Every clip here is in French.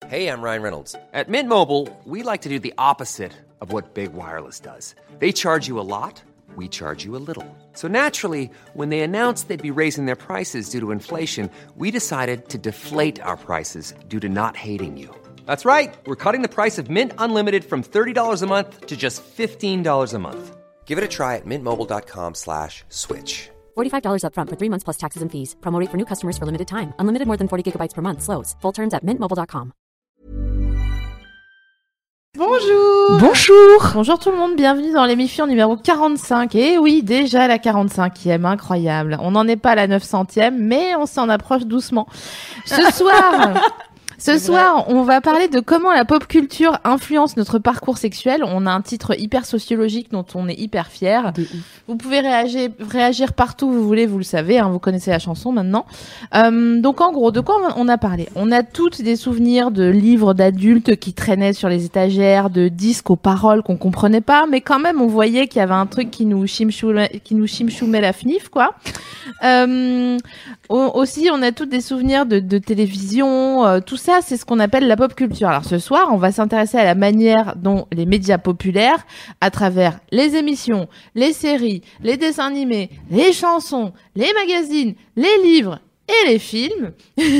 Hey, I'm Ryan Reynolds. At Mint Mobile, we like to do the opposite of what Big Wireless does. They charge you a lot, we charge you a little. So naturally, when they announced they'd be raising their prices due to inflation, we decided to deflate our prices due to not hating you. That's right. We're cutting the price of Mint Unlimited from $30 a month to just $15 a month. Give it a try at mintmobile.com/switch. $45 up front for 3 months plus taxes and fees. Promo rate for new customers for limited time. Unlimited more than 40 gigabytes per month. Slows full terms at mintmobile.com. Bonjour. Bonjour. Bonjour tout le monde, bienvenue dans l'émission numéro 45. Et oui, déjà la 45e, incroyable. On n'en est pas à la 900e, mais on s'en approche doucement. Ce soir, on va parler de comment la pop culture influence notre parcours sexuel. On a un titre hyper sociologique dont on est hyper fier. Vous pouvez réagir partout où vous voulez, vous le savez, hein, vous connaissez la chanson maintenant. Donc en gros, de quoi on a parlé ? On a toutes des souvenirs de livres d'adultes qui traînaient sur les étagères, de disques aux paroles qu'on comprenait pas, mais quand même on voyait qu'il y avait un truc qui nous chimchoumait la fnif, quoi. Aussi, on a toutes des souvenirs de télévision, tout ça, c'est ce qu'on appelle la pop culture. Alors ce soir, on va s'intéresser à la manière dont les médias populaires, à travers les émissions, les séries, les dessins animés, les chansons, les magazines, les livres et les films,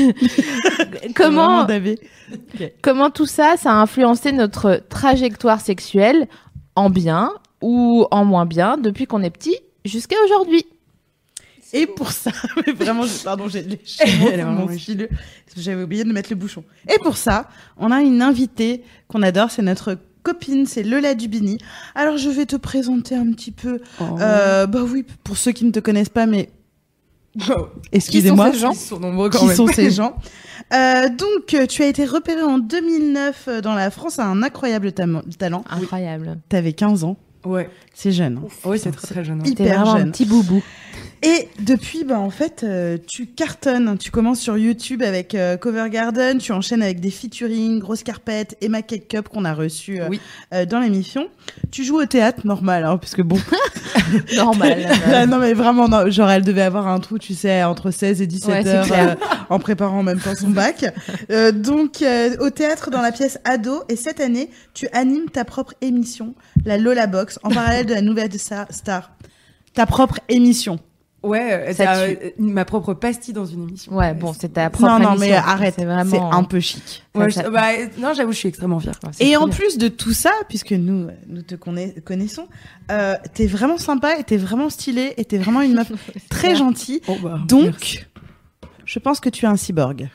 comment tout ça a influencé notre trajectoire sexuelle, en bien ou en moins bien, depuis qu'on est petit jusqu'à aujourd'hui. Et pour ça, mais vraiment, j'ai léché mon stylo, j'avais oublié de mettre le bouchon. Et pour ça, on a une invitée qu'on adore, c'est notre copine, c'est Lola Dubini. Alors, je vais te présenter un petit peu. Bah oui, pour ceux qui ne te connaissent pas, mais excusez-moi, qui sont ces gens ? Ils sont nombreux quand même. Qui sont ces gens ? Donc, tu as été repérée en 2009 dans la France, à un incroyable talent. Incroyable. T'avais 15 ans. Ouais. C'est jeune. Hein. Oui, c'est très très jeune. T'es vraiment jeune. Un petit boubou. Et depuis, en fait, tu cartonnes. Tu commences sur YouTube avec Cover Garden, tu enchaînes avec des featuring, Grosse Carpette, Emma Cake Cup qu'on a reçu dans l'émission. Tu joues au théâtre, normal, hein, puisque bon... normal. Non, mais vraiment, non, genre, elle devait avoir un trou, tu sais, entre 16 et 17 heures, en préparant en même temps son bac. Donc, au théâtre, dans la pièce Ado. Et cette année, tu animes ta propre émission, la Lola Box, en parallèle de la nouvelle Star. Ta propre émission. Ouais, ma propre pastille dans une émission. Ouais, bon, c'est ta propre émission. Non, mais arrête, c'est un peu chic. Ouais, non, j'avoue, je suis extrêmement fière. Et en plus de tout ça, puisque nous te connaissons, t'es vraiment sympa, et t'es vraiment stylée, et t'es vraiment une meuf très gentille. Donc, merci. Je pense que tu es un cyborg.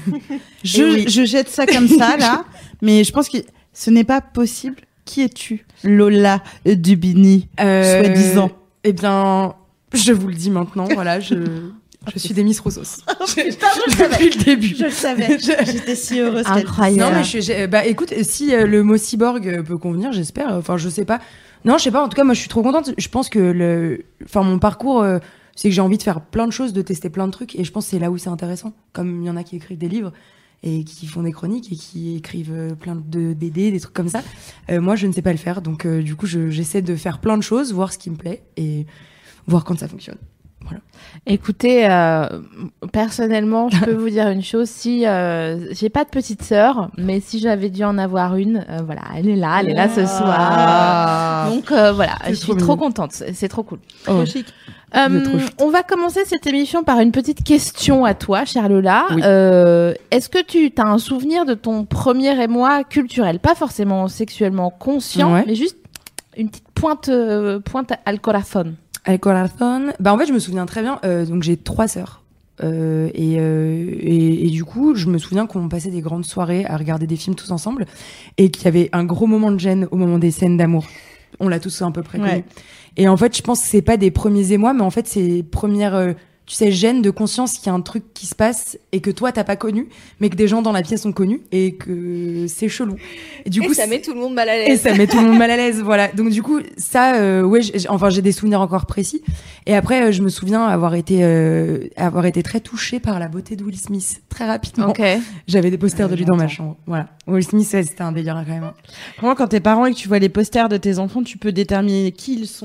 Je jette ça comme ça, là, mais je pense que ce n'est pas possible. Qui es-tu, Lola Dubini, soi-disant ? Eh bien... Je vous le dis maintenant, voilà, je suis des Miss Rosos. Depuis le début. Je le savais. J'étais si heureuse. Incroyable. Non, mais écoute, si le mot cyborg peut convenir, j'espère. Enfin, je sais pas. Non, je sais pas. En tout cas, moi, je suis trop contente. Je pense que mon parcours, c'est que j'ai envie de faire plein de choses, de tester plein de trucs. Et je pense que c'est là où c'est intéressant. Comme il y en a qui écrivent des livres et qui font des chroniques et qui écrivent plein de BD, des trucs comme ça. Moi, je ne sais pas le faire. Donc, du coup, j'essaie de faire plein de choses, voir ce qui me plaît et voir quand ça fonctionne. Voilà. Écoutez, personnellement, je peux vous dire une chose. Si j'ai pas de petite sœur, mais si j'avais dû en avoir une, voilà, elle est là ce soir. Donc voilà, je suis trop contente. C'est trop cool. Trop chic. On va commencer cette émission par une petite question à toi, chère Lola. Oui. Est-ce que tu as un souvenir de ton premier émoi culturel, pas forcément sexuellement conscient, mais juste une petite pointe al corazón? Al corazón. En fait, je me souviens très bien. Donc, j'ai 3 sœurs. Et du coup, je me souviens qu'on passait des grandes soirées à regarder des films tous ensemble et qu'il y avait un gros moment de gêne au moment des scènes d'amour. On l'a tous à peu près connu. Et en fait, je pense que c'est pas des premiers émois, mais en fait, c'est premières tu sais, gêne de conscience qu'il y a un truc qui se passe et que toi t'as pas connu, mais que des gens dans la pièce ont connu et que c'est chelou. Et du coup, ça met tout le monde mal à l'aise. Et ça met tout le monde mal à l'aise, voilà. Donc du coup, ça, j'ai des souvenirs encore précis. Et après, je me souviens avoir été très touchée par la beauté de Will Smith très rapidement. Okay. J'avais des posters de lui dans ma chambre. Voilà. Will Smith, ouais, c'était un délire quand même. Vraiment, quand t'es parent et que tu vois les posters de tes enfants, tu peux déterminer qui ils sont.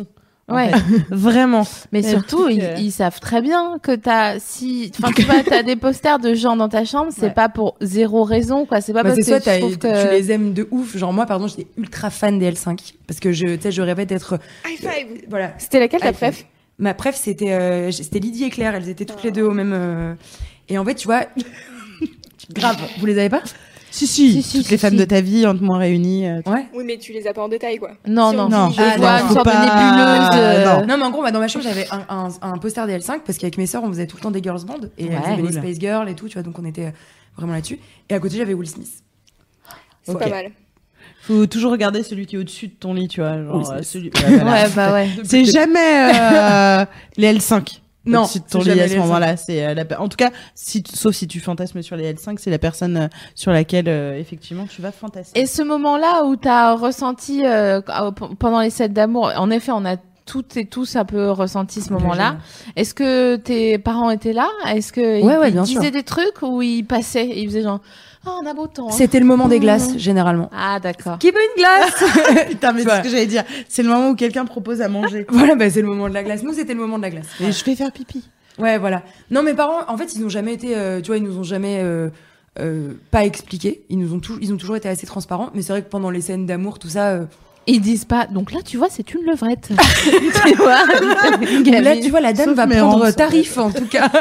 Ouais. Vraiment. Mais surtout, ils savent très bien que tu vois, t'as des posters de gens dans ta chambre, c'est pas pour zéro raison, quoi. C'est pas parce que tu trouves que tu les aimes de ouf. Genre moi, pardon, j'étais ultra fan des L5 parce que je rêvais d'être. High five. Voilà. C'était laquelle ta préf? Ma préf, c'était Lydie et Claire. Elles étaient toutes les deux au même. Et en fait, tu vois, grave. Vous les avez pas? Si, toutes les femmes de ta vie, entre moi réunies. Ouais. Oui, mais tu les as pas en détail, quoi. Non. Je vois vois une sorte de nébuleuse. Non, mais en gros, dans ma chambre, j'avais un poster des L5 parce qu'avec mes sœurs, on faisait tout le temps des girls band et elles aimaient les Space Girls et tout, tu vois, donc on était vraiment là-dessus. Et à côté, j'avais Will Smith. C'est pas mal. Faut toujours regarder celui qui est au-dessus de ton lit, tu vois. Genre, celui... ouais. C'est jamais les L5. Non, au-dessus de ton lit à ce moment-là. En tout cas, sauf si tu fantasmes sur les L5, c'est la personne sur laquelle, effectivement, tu vas fantasmer. Et ce moment-là où t'as ressenti, pendant les 7 d'amour, en effet, on a toutes et tous un peu ressenti ce moment-là. Est-ce que tes parents étaient là? Est-ce que ils disaient des trucs ou ils passaient et ils faisaient genre, on a beau temps. C'était le moment des glaces, généralement. Ah, d'accord. Qui veut une glace? Putain, mais c'est ce que j'allais dire. C'est le moment où quelqu'un propose à manger. Voilà, c'est le moment de la glace. Nous, c'était le moment de la glace. Et je vais faire pipi. Ouais, voilà. Non, mes parents, en fait, ils n'ont jamais été, tu vois, ils nous ont jamais pas expliqué. Ils ont toujours été assez transparents. Mais c'est vrai que pendant les scènes d'amour, tout ça. Ils disent pas. Donc là, tu vois, c'est une levrette. Tu vois. Là, tu vois, la dame va prendre tarif, en tout cas.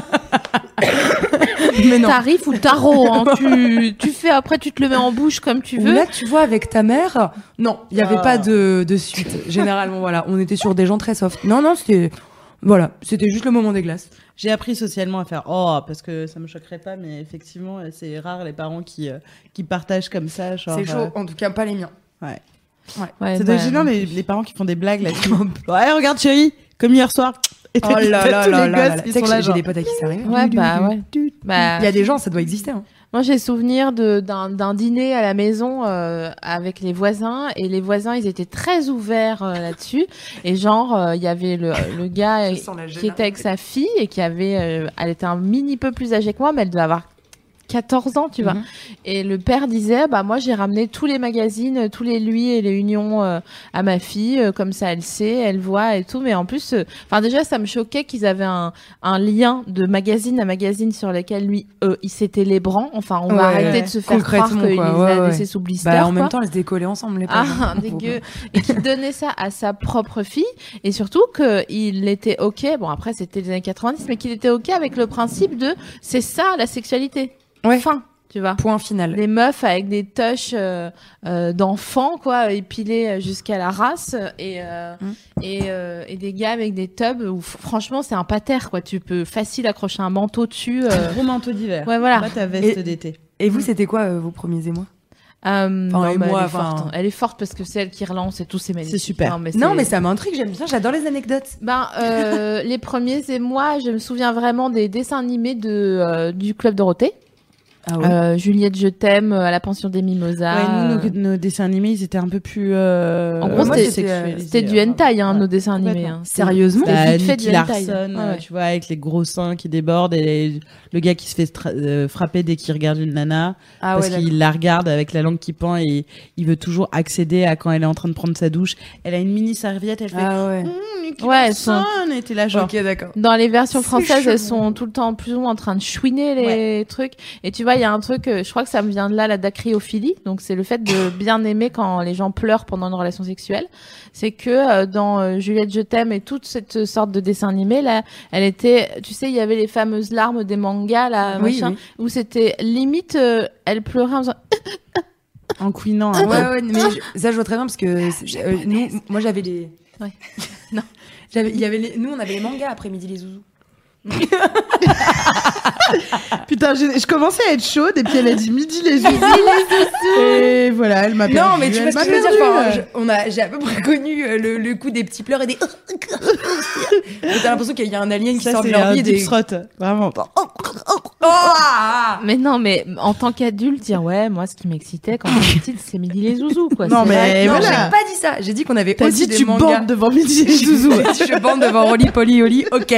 Mais non. Tarif ou tarot, hein. Tu fais après, tu te le mets en bouche comme tu veux. Là, tu vois, avec ta mère, non, il y avait pas de suite. Généralement, voilà, on était sur des gens très soft. Non, c'était juste le moment des glaces. J'ai appris socialement à faire parce que ça me choquerait pas, mais effectivement, c'est rare les parents qui partagent comme ça. Genre, c'est chaud, en tout cas pas les miens. Ouais, c'est gênant les parents qui font des blagues là-dessus. Ouais, regarde chérie, comme hier soir. Et oh là là là là, qui sont là, j'ai des potes à qui ça arrive. Ouais. Il y a des gens, ça doit exister. Hein. Moi, j'ai souvenir d'un dîner à la maison avec les voisins, et les voisins, ils étaient très ouverts là-dessus. Et genre, il y avait le gars qui était avec sa fille et qui avait, elle était un mini peu plus âgée que moi, mais elle devait avoir 14 ans, tu vois. Et le père disait, moi, j'ai ramené tous les magazines, tous les lui et les unions à ma fille, comme ça, elle sait, elle voit et tout. Mais en plus, déjà, ça me choquait qu'ils avaient un lien de magazine à magazine sur lequel lui, il s'était les bras. Enfin, on va arrêter de se faire croire qu'il les a laissés sous blister. En même temps, elles se décollaient ensemble, les pages. Ah, dégueu. Et qu'il donnait ça à sa propre fille. Et surtout qu'il était OK. Bon, après, c'était les années 90, mais qu'il était OK avec le principe de, c'est ça, la sexualité. Fin, tu vois. Point final. Des meufs avec des touches d'enfants, quoi, épilées jusqu'à la race, et des gars avec des tubs où franchement c'est un pater, quoi. Tu peux facile accrocher un manteau dessus. Gros manteau d'hiver. Ouais, voilà. Pas ta veste d'été. Et vous, c'était quoi vos premiers émois? Elle est forte parce que c'est elle qui relance et tout, c'est magnifique. C'est super. Mais ça m'intrigue, j'aime bien, j'adore les anecdotes. Les premiers émois, je me souviens vraiment des dessins animés du Club Dorothée. Ah ouais. Juliette, je t'aime, à la pension des Mimosas. Ouais, nous, nos dessins animés, ils étaient un peu plus. En gros, c'était du hentai, nos dessins animés. Hein. Sérieusement, Nicky Larson, tu vois, avec les gros seins qui débordent et le gars qui se fait frapper dès qu'il regarde une nana parce qu'il la regarde avec la langue qui pend et il veut toujours accéder à quand elle est en train de prendre sa douche. Elle a une mini serviette, elle fait. Nicky Larson, et t'es là genre. Ok, d'accord. Dans les versions françaises, elles sont tout le temps plus ou moins en train de chouiner les trucs. Et tu vois, il y a un truc, je crois que ça me vient de là, la dacryophilie. Donc, c'est le fait de bien aimer quand les gens pleurent pendant une relation sexuelle. C'est que dans Juliette, je t'aime et toute cette sorte de dessin animé, là, elle était, tu sais, il y avait les fameuses larmes des mangas, là, où c'était limite, elle pleurait en faisant... en couinant. Ouais, mais ça, je vois très bien parce que moi, j'avais les... Ouais. Non. Nous, on avait les mangas après-midi, les zouzous. Putain, je commençais à être chaude et puis elle a dit midi les zouzous. Et voilà, elle m'a perdu. Non, mais tu vois ce que je veux dire. J'ai à peu près connu le coup des petits pleurs et des. T'as l'impression qu'il y a un alien qui sort de leur vie. Des vraiment. Mais non, mais en tant qu'adulte, dire moi, ce qui m'excitait quand j'étais petite, c'est midi les zouzous, quoi. Non, mais voilà. J'ai pas dit ça. J'ai dit qu'on avait aussi des mangas. Tu bandes devant midi les zouzous. Je bande devant Rolly Polly Oli. Ok.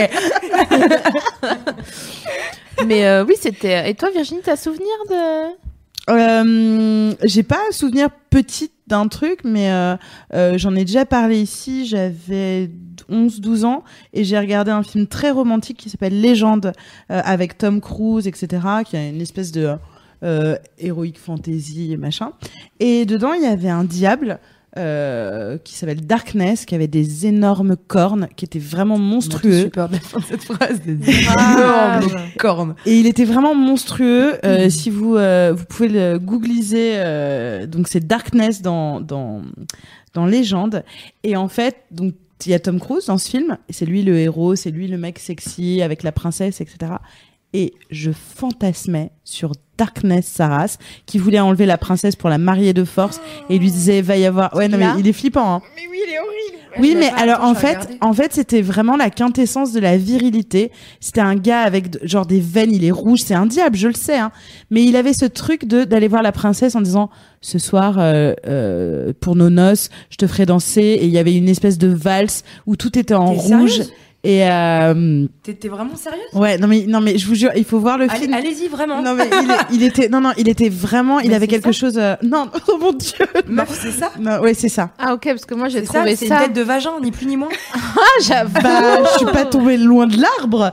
Mais oui, c'était. Et toi, Virginie, t'as souvenir de j'ai pas souvenir petite d'un truc, mais j'en ai déjà parlé ici. J'avais 11-12 ans et j'ai regardé un film très romantique qui s'appelle Légende avec Tom Cruise, etc., qui a une espèce de héroïque fantasy et machin. Et dedans, il y avait un diable qui s'appelle Darkness, qui avait des énormes cornes, qui étaient vraiment monstrueux. Super de la fin de cette phrase, des énormes cornes. Et il était vraiment monstrueux. Si vous pouvez le googliser, donc c'est Darkness dans Légende. Et en fait, donc il y a Tom Cruise dans ce film, et c'est lui le héros, c'est lui le mec sexy avec la princesse, etc. Et je fantasmais sur Darkness Saras, qui voulait enlever la princesse pour la marier de force, et lui disait va y avoir. Ouais, non mais il est flippant. Hein. Mais oui, il est horrible. Oui, mais alors en fait, c'était vraiment la quintessence de la virilité. C'était un gars avec genre des veines, il est rouge, c'est un diable, je le sais, hein. Mais il avait ce truc d'aller voir la princesse en disant ce soir pour nos noces, je te ferai danser, et il y avait une espèce de valse où tout était en rouge. Sérieuse ? Et T'es vraiment sérieuse ? ouais, non mais je vous jure, il faut voir le film. Allez-y vraiment. Non mais il était vraiment, il avait quelque chose. Non, oh mon Dieu. Meuf, c'est ça ? Non, ouais, c'est ça. Ah ok, parce que moi j'ai C'est trouvé c'est ça. une tête de vagin, ni plus ni moins. Ah j'avoue. Bah, je suis pas tombée loin de l'arbre.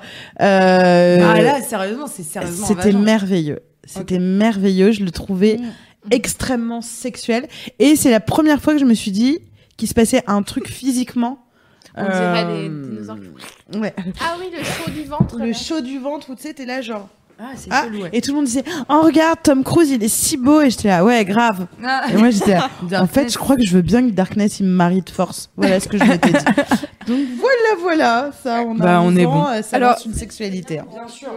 Ah là, sérieusement, c'est sérieusement. C'était merveilleux. C'était merveilleux. Je le trouvais extrêmement sexuel. Et c'est la première fois que je me suis dit qu'il se passait un truc physiquement. On dirait les dinosaures. Ouais. Ah oui, le chaud du ventre. Le là. chaud du ventre où tu sais, t'es là genre. Ah, c'est Ah, chelou, ouais. et tout le monde disait oh regarde Tom Cruise il est si beau, et j'étais là ouais grave. Ah. Et moi j'étais là en fait je crois que je veux bien que Darkness il me marie de force. Voilà ce que je m'étais dit. Donc voilà ça on a Bah, on est bon. ça Alors- lance une sexualité. Hein. Bien sûr.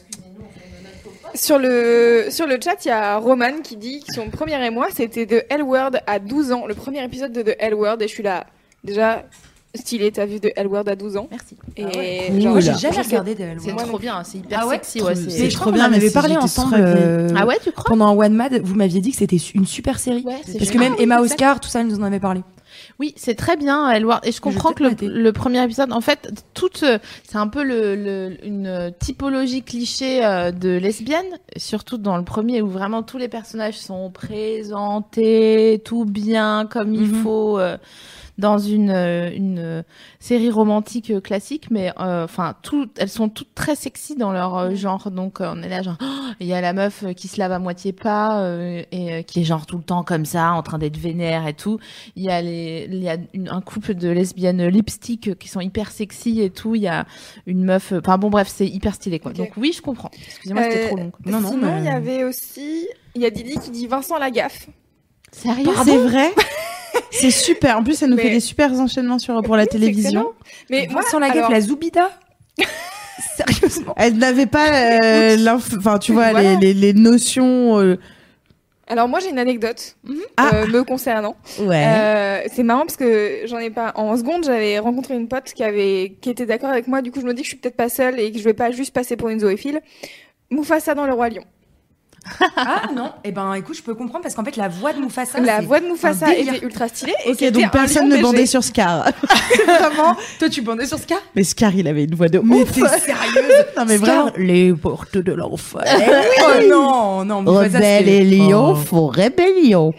Sur le chat, il y a Roman qui dit que son premier émoi, c'était de L-Word à 12 ans. Le premier épisode de L-Word, et je suis là, déjà, stylé, t'as vu de L-Word à 12 ans. Merci. Et Cool. genre, Moi, j'ai Oula. jamais je sais- regardé de C'est Moi trop non bien, c'est hyper Ah ouais, sexy. Ouais, c'est Mais je trop crois bien, qu'on en mais avait c'est- parlé j'étais ensemble. seule. Ah ouais, tu crois? Pendant One Mad, vous m'aviez dit que c'était une super série. Ouais, c'est Parce que génial. même Emma Oscar, tout ça, elle nous en avait parlé. Oui, c'est très bien, Elward. Et je comprends vais que peut-être le premier épisode, en fait, c'est un peu une typologie cliché de lesbienne, surtout dans le premier où vraiment tous les personnages sont présentés tout bien comme il faut dans une série romantique classique, mais enfin elles sont toutes très sexy dans leur genre. Donc on est là genre il y a la meuf qui se lave à moitié pas et qui est genre tout le temps comme ça en train d'être vénère et tout. Il y a un couple de lesbiennes lipstick qui sont hyper sexy et tout. Il y a une meuf, enfin bon bref, c'est hyper stylé quoi. Ok. Donc oui, je comprends. Excusez-moi, c'était trop long. Non, non, Sinon, mais- il y avait aussi, il y a Didi qui dit Vincent Lagaffe. Sérieux? C'est vrai. C'est super. En plus, ça nous Mais- fait des super enchaînements pour la Oui, c'est télévision. excellent. Mais moi, Vincent Lagaffe, alors- la Zoubida. Sérieusement. Elle n'avait pas, enfin, tu vois, Voilà. les notions. Alors moi j'ai une anecdote Ah. me concernant. Ouais. C'est marrant parce que j'en ai pas en seconde, j'avais rencontré une pote qui était d'accord avec moi. Du coup je me dis que je suis peut-être pas seule et que je vais pas juste passer pour une zoophile. Mufasa dans le roi lion. Ah non. Eh ben, écoute, je peux comprendre parce qu'en fait, la voix de Mufasa. La c'est voix de Mufasa un délire. était ultra stylée. Et Ok, c'était donc un personne lion ne bandait BG. sur Scar. Vraiment. Toi, tu bandais sur Scar? Mais Scar, il avait une voix de Mais ouf. t'es sérieuse? Non, mais Scar, vraiment. les portes de l'enfer. Oh non, non, Mufasa, Rebelle c'était- et lion Oh. font rébellion.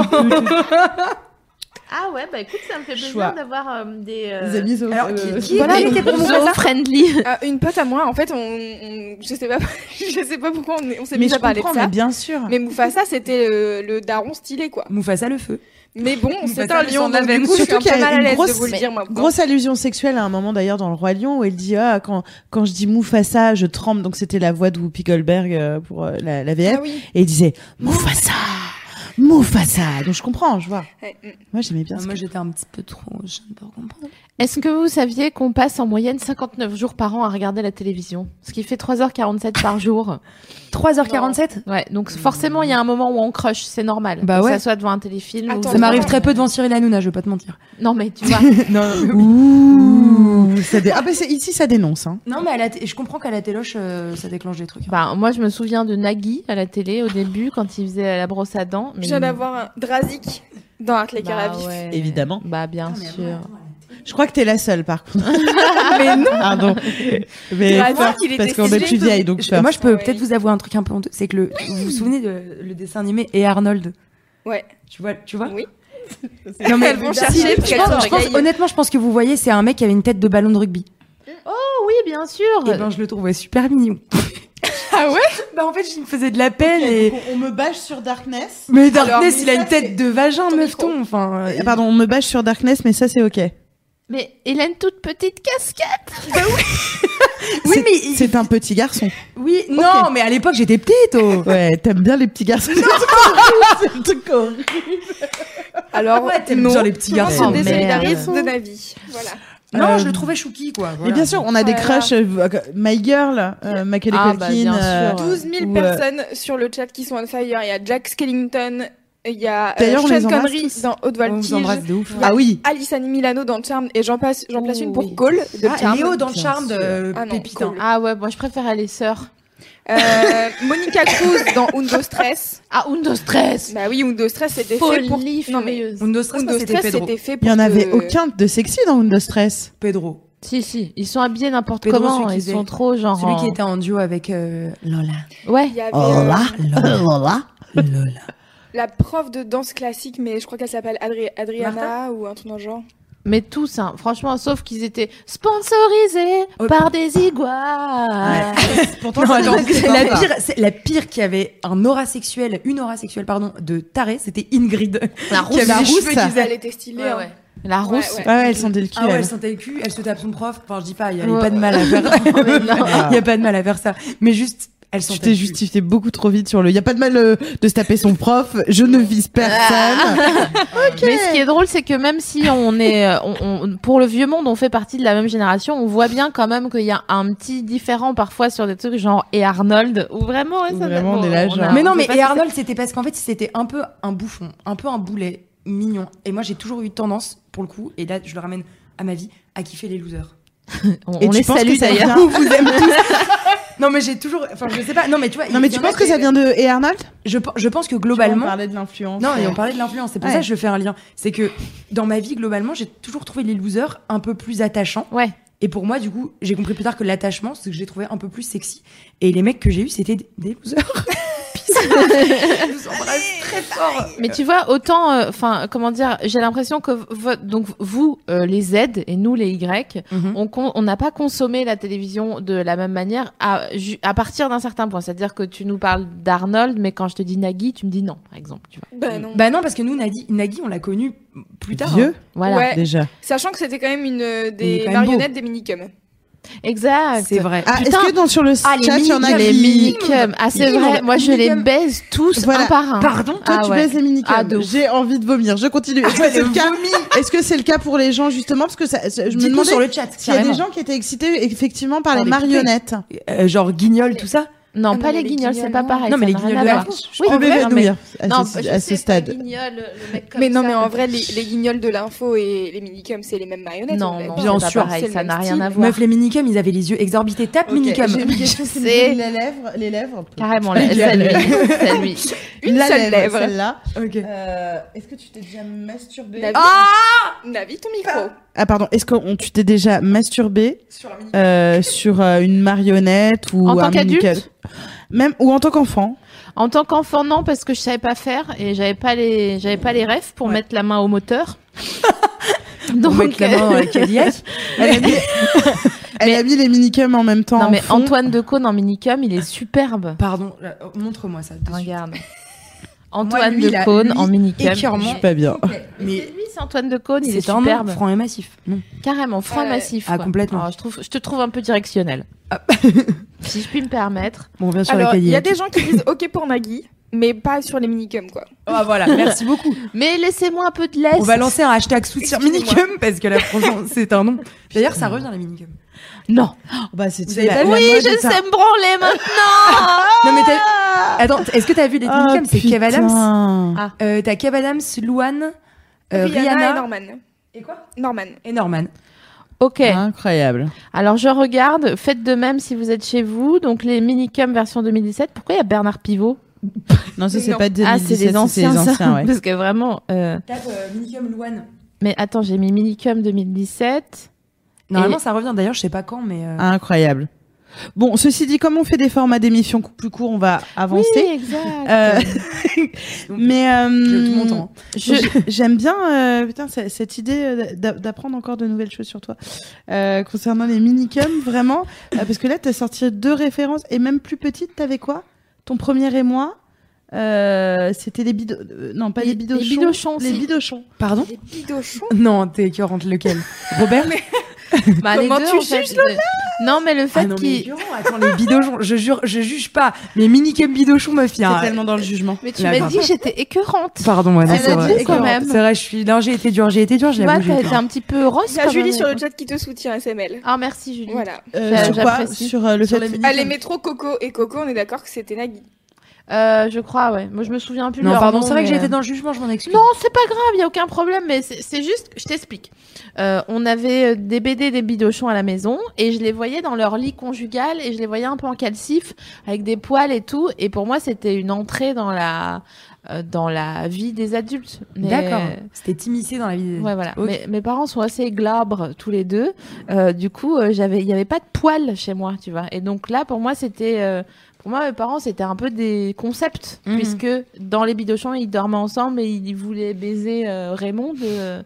Ah ouais, bah écoute, ça me fait Choix. plaisir d'avoir des amis Alors, qui Voilà, était pour Mufasa? friendly. Une pote à moi, en fait, je sais pas, je sais pas pourquoi on s'est Mais mis je à parler de comprends, ça. mais bien sûr. Mais Mufasa, c'était le daron stylé, quoi. Mufasa le feu. Mais bon, c'est Mufasa, un le lion, sang de la donc veine. du coup, je suis Surtout un qu'il y peu a mal à une l'aise de grosse- vous le dire, moi. Grosse allusion sexuelle à un moment d'ailleurs dans le Roi Lion où elle dit quand je dis Mufasa je tremble, donc c'était la voix de Whoopi Goldberg pour la VF, Ah oui. et il disait Mufasa, donc je comprends, je vois. Ouais, Moi j'aimais bien. Moi, j'étais un petit peu trop jeune pour comprendre. Est-ce que vous saviez qu'on passe en moyenne 59 jours par an à regarder la télévision? Ce qui fait 3h47 par jour. 3h47? Ouais, donc forcément, il y a un moment où on crush, c'est normal. Bah Que ouais. ça soit devant un téléfilm Attends, ou... Ça m'arrive très peu devant Cyril Hanouna, je vais pas te mentir. Non, mais tu vois. Ouh, ah bah ici ça dénonce. Hein. Non, mais je comprends qu'à la téloche, ça déclenche des trucs. Bah, moi, je me souviens de Nagui à la télé au début quand il faisait la brosse à dents. Je viens d'avoir un Drazik dans Art les cœurs à Bah vif. ouais. Évidemment. Bah, bien sûr. Je crois que t'es la seule par contre. Mais non. Pardon. Mais Drazik, fort, il était parce qu'on est stylé. plus vieille donc Moi, je peux Ouais. peut-être vous avouer un truc un peu honteux. C'est que vous vous souvenez le dessin animé Et Arnold? Ouais. Tu vois? Oui. Non mais Elles vont chercher parce qu'elles sont orgueilleuses. honnêtement, je pense que vous voyez, c'est un mec qui avait une tête de ballon de rugby. Oh oui, bien sûr. Et ben, je le trouvais super mignon. Ah ouais? Bah en fait, je me faisais de la peine et. On me bâche sur Darkness. Mais Darkness, Alors, il a ça, une tête de vagin, ton meuf-ton. Enfin. Pardon, on me bâche sur Darkness, mais ça c'est ok. Mais il a une toute petite casquette. Oui, mais C'est un petit garçon. oui, non, mais à l'époque, j'étais petite. Oh. Ouais, t'aimes bien les petits garçons. C'est un truc horrible. Alors, Ouais, t'aimes non. bien les petits Tout le monde garçons. se désolidarise Merde. de Navi. Voilà. Non, je le trouvais chouki, quoi. Et Voilà. bien sûr, on a des Voilà. crushs. My Girl, Macaulay Ah, Culkin. bah, bien sûr. 12 000 ou, personnes sur le chat qui sont on fire. Il y a Jack Skellington, il y a D'ailleurs, on les Sean embrasse Connery tous. dans Haute On vous embrasse Voltige. de ouf. Ah oui. Alissane Milano dans Charmed et j'en place une pour oui. Cole de Ah, Charmed. Léo dans le Bien charme sûr. de Ah non, Pépite. hein. cool. Ah ouais, moi je préfère les sœurs. Monica Cruz dans Undo Stress. Ah, Undo Stress. Bah oui, Undo Stress c'était fait pour. Folie Non mais furieuse. Undo Stress, Undo moi, c'était Stress Pedro. c'était fait Il pour. y en avait te- aucun de sexy dans Windows Stress. Pedro. Si, ils sont habillés n'importe Pedro, comment, celui qui ils faisait- sont trop genre. Celui qui était en duo avec Lola. Ouais. Il y avait Lola. la prof de danse classique, mais je crois qu'elle s'appelle Adriana ou un truc dans le genre. Mais tous, hein, franchement, sauf qu'ils étaient sponsorisés par des iguales. Pourtant, Non, ça attends, n'existe c'est pas. la pire qui avait une aura sexuelle, pardon, de taré, c'était Ingrid. La Qui avait la les rousse, cheveux ça. qui faisaient- Elle était stylée. Ouais, hein. ouais. La rousse. Ouais, Ouais, ouais, elle sentait le cul. Ah ouais, elle. elle sentait le cul, elle se tape son prof. Enfin, je dis pas, il y avait Ouais. pas de mal à faire. Il y a pas de mal à faire ça. Mais juste, elle Tu sentait t'es le cul. justifié beaucoup trop vite sur le. Y a pas de mal de se taper son prof. Je ne vise personne. Mais ce qui est drôle, c'est que même si on est, pour le vieux monde, on fait partie de la même génération, on voit bien quand même qu'il y a un petit différent parfois sur des trucs genre et Arnold, ou vraiment, ouais, ça Vraiment, bon, on est là, a- genre. Mais non, on mais sait pas et si Arnold, c'était parce qu'en fait, c'était un peu un bouffon, un peu un boulet mignon. Et moi, j'ai toujours eu tendance, pour le coup, et là, je le ramène à ma vie, à kiffer les losers. on Et tu les penses salue que ça d'ailleurs. vient- On vous aime tous. Non, mais j'ai toujours, enfin, je sais pas. Non, mais tu vois. Non, mais il y tu en a penses que ça vient de Et Arnold? Je pense que On globalement. parlait de l'influence. Non, et on parlait de l'influence. C'est pour Ouais. ça que je fais un lien. C'est que dans ma vie, globalement, j'ai toujours trouvé les losers un peu plus attachants. Ouais. Et pour moi, du coup, j'ai compris plus tard que l'attachement, c'est que je les trouvais un peu plus sexy. Et les mecs que j'ai eus, c'était des losers. Je vous embrasse très fort. Mais tu vois, autant, enfin, comment dire, j'ai l'impression que donc vous, les Z et nous les Y, on n'a pas consommé la télévision de la même manière à partir d'un certain point. C'est-à-dire que tu nous parles d'Arnold, mais quand je te dis Nagui, tu me dis non, par exemple. Tu vois. Bah non. Bah non, parce que nous, Nagui, on l'a connu plus tard. Vieux, hein. Voilà. Ouais. déjà. Sachant que c'était quand même Il est des quand même marionnettes des minicums. Exact. C'est vrai. Ah, Putain. est-ce que sur le Ah, les chat, il y en a Les qui... minicums. Ah, c'est Minicums. vrai. Moi, je les Minicums. baise tous Voilà. un par un. Pardon Toi, Ah tu ouais. baises les minicums. Ah, de ouf. J'ai envie de vomir. Je continue. Est-ce que c'est le cas Est-ce que c'est le cas pour les gens justement parce que je me Dites-nous demandais sur le chat. s'il y a des carrément. gens qui étaient excités effectivement par Par les les poupées. marionnettes. Genre Guignol, tout ça. Non, Ah pas non, les mais les guignols, c'est guignols, pas non. pareil. Non, mais ça les n'a guignols rien de à la voir. France, Je Oui, peux en vrai, m'évanouir non, à ce stade. Guignol, le mec comme Mais non, ça. mais en vrai, les guignols de l'info et les minicums, c'est les mêmes marionnettes. Non, en fait. non, Bien c'est pas sûr, pareil, c'est le ça même n'a rien style. à voir. Meuf, les minicums, ils avaient les yeux exorbités. Tape Ok, minicum. j'ai une question, Je c'est sais. les lèvres. Carrément, Les c'est lui. C'est lui. Une La seule lèvre. celle-là. Ok. Est-ce que tu t'es déjà masturbé Navi, Navi, ton micro. Ah pardon, est-ce que tu t'es déjà masturbé sur une marionnette ou En un tant qu'adulte minicum même ou en tant qu'enfant? En tant qu'enfant, non, parce que je savais pas faire et j'avais pas les refs pour mettre la main au moteur. Pour mettre la main dans la Cadillac. Elle a mis les minicums en même temps. non, en mais fond. Antoine Decaune en minicum, il est superbe. Pardon, montre-moi ça. de suite. Regarde. Antoine lui, là, Decaune lui, en minicum. écœurement. Je suis pas bien. Mais Mais c'est lui, c'est Antoine Decaune, il est c'est un superbe. nom franc et massif. Non. Carrément, franc et Ouais. massif. Ah, quoi. complètement. Alors, je te trouve un peu directionnel. Si je puis me permettre. Bon, on revient sur Alors, la il y a Cadillac. des gens qui disent OK pour Nagui, mais pas sur les minicums, quoi. Ah voilà, merci beaucoup. Mais laissez-moi un peu de laisse. On va lancer un hashtag soutien Excusez-moi. minicum parce que là, franchement, c'est un nom. D'ailleurs, ça revient les minicums. Non. Bah c'est Vous avez pas vu Oui, mode je de ça. sais me branler maintenant. Non mais attends, est-ce que t'as vu les minicums? C'est Kev Adams. Ah. T'as Kev Adams, Louane, Rihanna et Rihanna Norman. et quoi? Norman. Et Norman. Ok. Incroyable. Alors je regarde. Faites de même si vous êtes chez vous. Donc les minicums version 2017. Pourquoi il y a Bernard Pivot? Non, ça c'est Non. pas 2017, Ah, c'est des anciens, les ça. anciens, ouais. Parce que vraiment. Tape minicum Louane. Mais attends, j'ai mis minicum 2017. Normalement, ça revient. D'ailleurs, je sais pas quand, mais. Incroyable. Bon, ceci dit, comme on fait des formats d'émissions plus courts, on va avancer. Oui, exact. Mais tout mon temps. j'aime bien cette idée d'apprendre encore de nouvelles choses sur toi concernant les minicums, vraiment. Parce que là, tu as sorti 2 références et même plus petites, t'avais quoi? Ton premier émoi c'était les non, pas les bidochons. Les bidochons. Les bidochons. Pardon? Les bidochons. Non, t'es écœurante, lequel? Robert? Bah, Comment les deux, tu en fait, juges, non, mais le fait non, mais qu'il... écœurant. Attends, les bidochons, je jure, je juge pas. Mais minicum bidochon, ma fille. C'est tellement dans le jugement. Mais tu Là, m'as par dit que j'étais écœurante. Pardon, ouais, non, Elle c'est a vrai. dit quand même. C'est vrai, j'ai été dure, je Tu vois, l'avoue. t'as été un petit peu rose. Il y a quand Julie même. sur le chat qui te soutient, SML. Ah, merci Julie. Voilà. Sur quoi? J'apprécie. Sur le fait les que... Elle aimait trop Coco et Coco, on est d'accord que c'était Nagui. Je crois, ouais. Moi, je me souviens plus de Non, leur pardon, nom, c'est vrai que mais, j'ai été dans le jugement, je m'en excuse. Non, c'est pas grave, il y a aucun problème, mais c'est juste, je t'explique. On avait des BD des bidochons à la maison et je les voyais dans leur lit conjugal et je les voyais un peu en calcif avec des poils et tout, et pour moi c'était une entrée dans la vie des adultes. Mais... D'accord. C'était t'immiscer dans la vie. Ouais, voilà. Okay. Mes parents sont assez glabres tous les deux. Du coup, il y avait pas de poils chez moi, tu vois. Et donc là, pour moi, pour moi, mes parents, c'était un peu des concepts, puisque dans les bidochons, ils dormaient ensemble et ils voulaient baiser Raymond de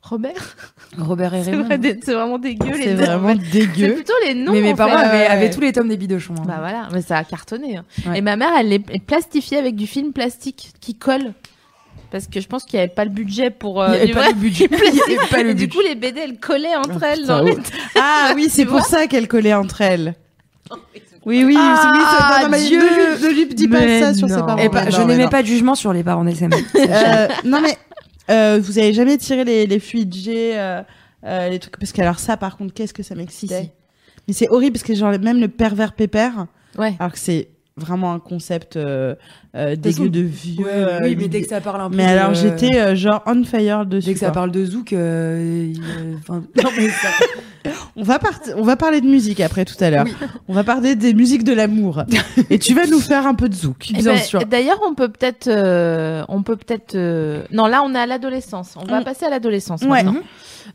Robert et Raymond. C'est vraiment dégueu les C'est deux. vraiment C'est dégueu. plutôt les noms. Mais mes en parents fait. avaient tous les tomes des bidochons. Hein. Bah voilà, mais ça a cartonné. Hein. Ouais. Et ma mère, elle les plastifiait avec du film plastique qui colle. Parce que je pense qu'il n'y avait pas le budget pour. Il n'y avait du pas vrai le budget. plastique. Il y avait pas le Et du budget. coup, les BD, elles collaient entre elles. putain, Dans les... Ah oui, c'est Tu pour vois ça qu'elles collaient entre elles. Oui, oui, Ah, non, mais Dieu. ne lui dis pas Mais ça sur ses non. parents. Et bah, Mais je non, mais n'émets non. pas de jugement sur les parents d'SML. Non mais vous avez jamais tiré les fluides G, les trucs, parce que alors ça par contre qu'est-ce que ça m'excitait. Si. Mais c'est horrible parce que genre même le pervers pépère, Ouais. alors que c'est vraiment un concept dégueu de vieux. oui, mais dès que ça parle un peu. mais alors j'étais genre on fire dessus. Dès que ça quoi. parle de Zouk, non mais ça. On va parler de musique après tout à l'heure. Oui. On va parler des musiques de l'amour. Et tu vas nous faire un peu de zouk. Eh ben, d'ailleurs, on peut peut-être. Non, là, on est à l'adolescence. On va passer à l'adolescence Ouais. maintenant.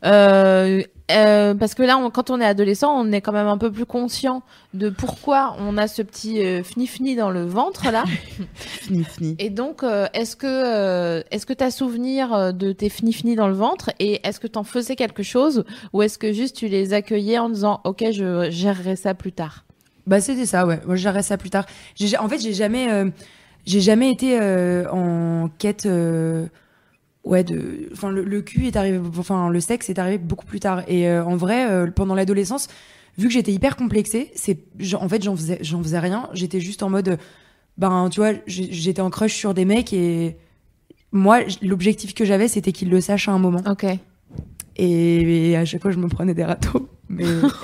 Parce que là, quand on est adolescent, on est quand même un peu plus conscient de pourquoi on a ce petit fni-fni dans le ventre là. Fni-fni. Et donc, est-ce que t'as souvenir de tes fni-fni dans le ventre et est-ce que t'en faisais quelque chose ou est-ce que juste tu les accueillais en disant ok, je gérerai ça plus tard? Bah c'était ça, ouais. Moi, je gérerai ça plus tard. En fait, j'ai jamais été en quête. Ouais, enfin le cul est arrivé, enfin le sexe est arrivé beaucoup plus tard. Et en vrai, pendant l'adolescence, vu que j'étais hyper complexée, en fait j'en faisais rien. J'étais juste en mode, tu vois, j'étais en crush sur des mecs et moi l'objectif que j'avais c'était qu'ils le sachent à un moment. Ok. Et à chaque fois je me prenais des râteaux. Mais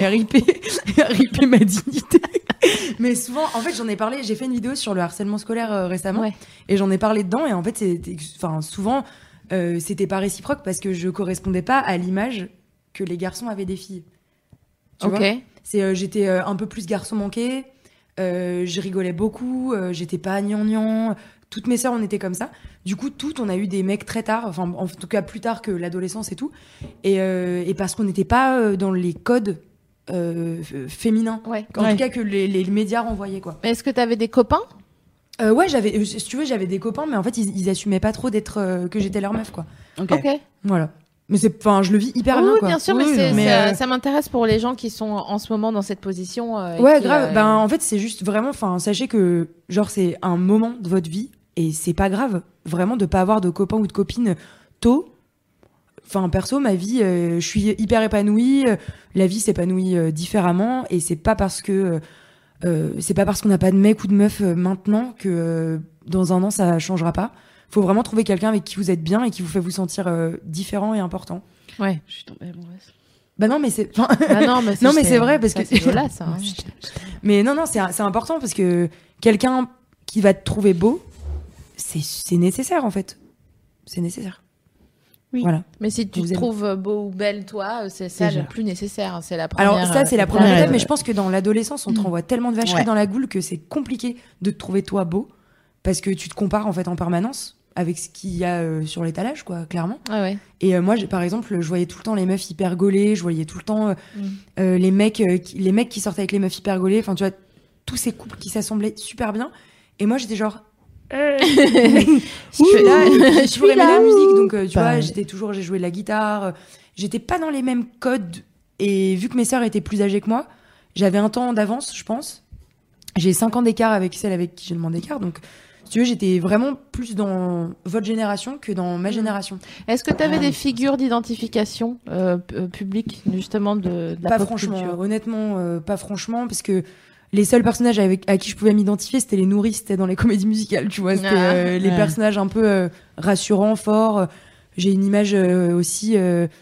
RIP ma dignité. Mais souvent, en fait, j'en ai parlé. J'ai fait une vidéo sur le harcèlement scolaire récemment, Ouais. et j'en ai parlé dedans. Et en fait, souvent. C'était pas réciproque parce que je correspondais pas à l'image que les garçons avaient des filles. Tu vois, j'étais un peu plus garçon manqué, je rigolais beaucoup, j'étais pas gnangnan. Toutes mes sœurs, on était comme ça. Du coup, on a eu des mecs très tard, enfin en tout cas plus tard que l'adolescence et tout. Et parce qu'on n'était pas dans les codes féminins, Ouais. en tout cas que les médias renvoyaient quoi. Mais est-ce que t'avais des copains? Ouais, si tu veux, j'avais des copains, mais en fait, ils assumaient pas trop d'être que j'étais leur meuf, quoi. Ok. Voilà. Mais je le vis hyper bien, Oui, quoi. bien sûr, Oui, mais ça m'intéresse pour les gens qui sont en ce moment dans cette position. Ouais, grave. En fait, c'est juste vraiment, sachez que, genre, c'est un moment de votre vie et c'est pas grave, vraiment, de pas avoir de copain ou de copine tôt. Enfin, perso, ma vie, je suis hyper épanouie, la vie s'épanouit différemment et c'est pas parce qu'on n'a pas de mec ou de meuf maintenant que dans un an ça changera pas. Faut vraiment trouver quelqu'un avec qui vous êtes bien et qui vous fait vous sentir différent et important. Ouais. Je suis tombée amoureuse. Bah non mais c'est Bah non, mais non mais c'est vrai parce que c'est là ça. Hein. Mais non c'est important parce que quelqu'un qui va te trouver beau, c'est nécessaire en fait. C'est nécessaire. Oui. Voilà. Mais si tu Vous te aimez. trouves beau ou belle, toi, c'est ça Déjà. le plus nécessaire. C'est la première. Alors ça c'est la première première étape, étape. mais je pense que dans l'adolescence on te renvoie tellement de vacheries Ouais. dans la goule que c'est compliqué de te trouver toi beau parce que tu te compares en fait en permanence. avec ce qu'il y a sur l'étalage, quoi, clairement. Ah ouais. Et moi, par exemple, je voyais tout le temps les meufs hyper gaulées, je voyais tout le temps les mecs qui sortaient avec les meufs hyper gaulées, enfin, tu vois, tous ces couples qui s'assemblaient super bien. Et moi, j'étais genre... je toujours aimé la musique, donc tu vois, j'ai joué de la guitare, j'étais pas dans les mêmes codes, et vu que mes sœurs étaient plus âgées que moi, j'avais un temps d'avance, je pense. J'ai 5 ans d'écart avec celle avec qui j'ai le moins d'écart, donc si tu veux, j'étais vraiment plus dans votre génération que dans ma génération. Est-ce que tu avais des figures d'identification publiques, justement, de la pas pop franchement, culture? honnêtement, pas franchement, parce que les seuls personnages à qui je pouvais m'identifier, c'était les nourrices, c'était dans les comédies musicales, tu vois, c'était les personnages un peu rassurants, forts. J'ai une image aussi,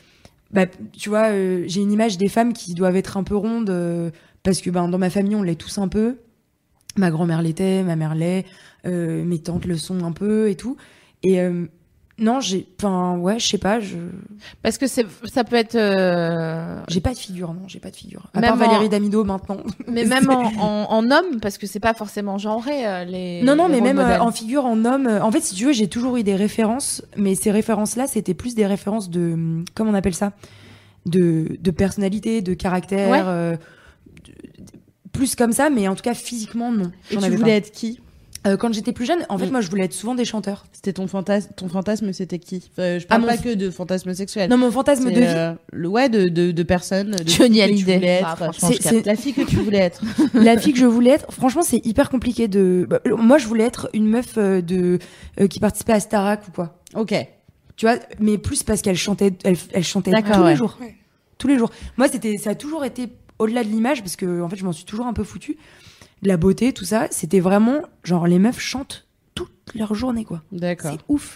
tu vois, j'ai une image des femmes qui doivent être un peu rondes, parce que dans ma famille, on l'est tous un peu. Ma grand-mère l'était, ma mère l'est, mes tantes le sont un peu et tout. Et non, je sais pas. Parce que ça peut être. J'ai pas de figure, non, j'ai pas de figure. À Même part Valérie Damido maintenant. Mais même en homme, parce que c'est pas forcément genré les. Non, les mais rôles même modèles. en figure, en homme. En fait, si tu veux, j'ai toujours eu des références, mais ces références-là, c'était plus des références de. Comment on appelle ça ? De personnalité, de caractère. Plus comme ça, mais en tout cas physiquement non. Et tu voulais être qui quand j'étais plus jeune? En fait, moi, je voulais être souvent des chanteurs. C'était ton fantasme, c'était qui? Je parle pas que de fantasme sexuel. Non, mon fantasme de vie. De personnes. Johnny Hallyday. C'est la fille que tu voulais être. La fille que je voulais être. Franchement, c'est hyper compliqué de. Moi, je voulais être une meuf qui participait à Starac ou quoi. Ok. Tu vois, mais plus parce qu'elle chantait, elle chantait les jours. Ouais. Tous les jours. Moi, ça a toujours été au-delà de l'image, parce que en fait, je m'en suis toujours un peu foutue. De la beauté, tout ça, c'était vraiment genre les meufs chantent toute leur journée, quoi. D'accord. C'est ouf.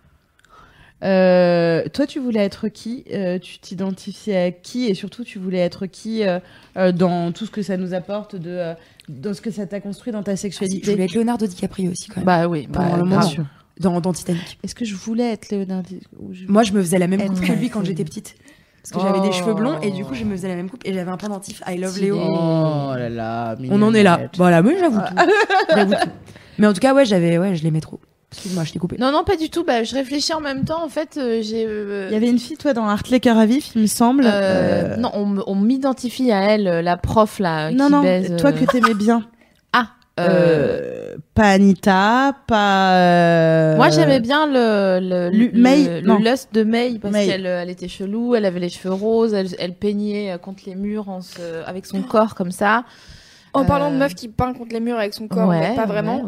Toi, tu voulais être qui? Tu t'identifiais à qui? Et surtout, tu voulais être qui dans tout ce que ça nous apporte, dans ce que ça t'a construit dans ta sexualité? Je voulais être Leonardo DiCaprio aussi, quand même. Bah oui, pendant le moment. Dans Titanic. Est-ce que je voulais être Leonardo? Moi, je me faisais la même coupe que lui quand j'étais petite. Parce que j'avais des cheveux blonds et du coup, je me faisais la même coupe et j'avais un pendentif I Love Léo. Oh là là. On en est là. Voilà, moi, j'avoue tout. Mais en tout cas, je l'aimais trop. Excuse-moi, je t'ai coupé. Non, pas du tout. Je réfléchis en même temps. En fait, j'ai. Il y avait une fille, toi, dans Hartley Cœur à Vif, il me semble. Non, on m'identifie à elle, la prof là. Non, qui baise, toi que t'aimais bien. Ah. Pas Anita, pas. Moi, j'aimais bien le lust de May parce May. qu'elle était chelou, elle avait les cheveux roses, elle peignait contre les murs avec son corps comme ça. En parlant de meuf qui peint contre les murs avec son corps, mais pas vraiment.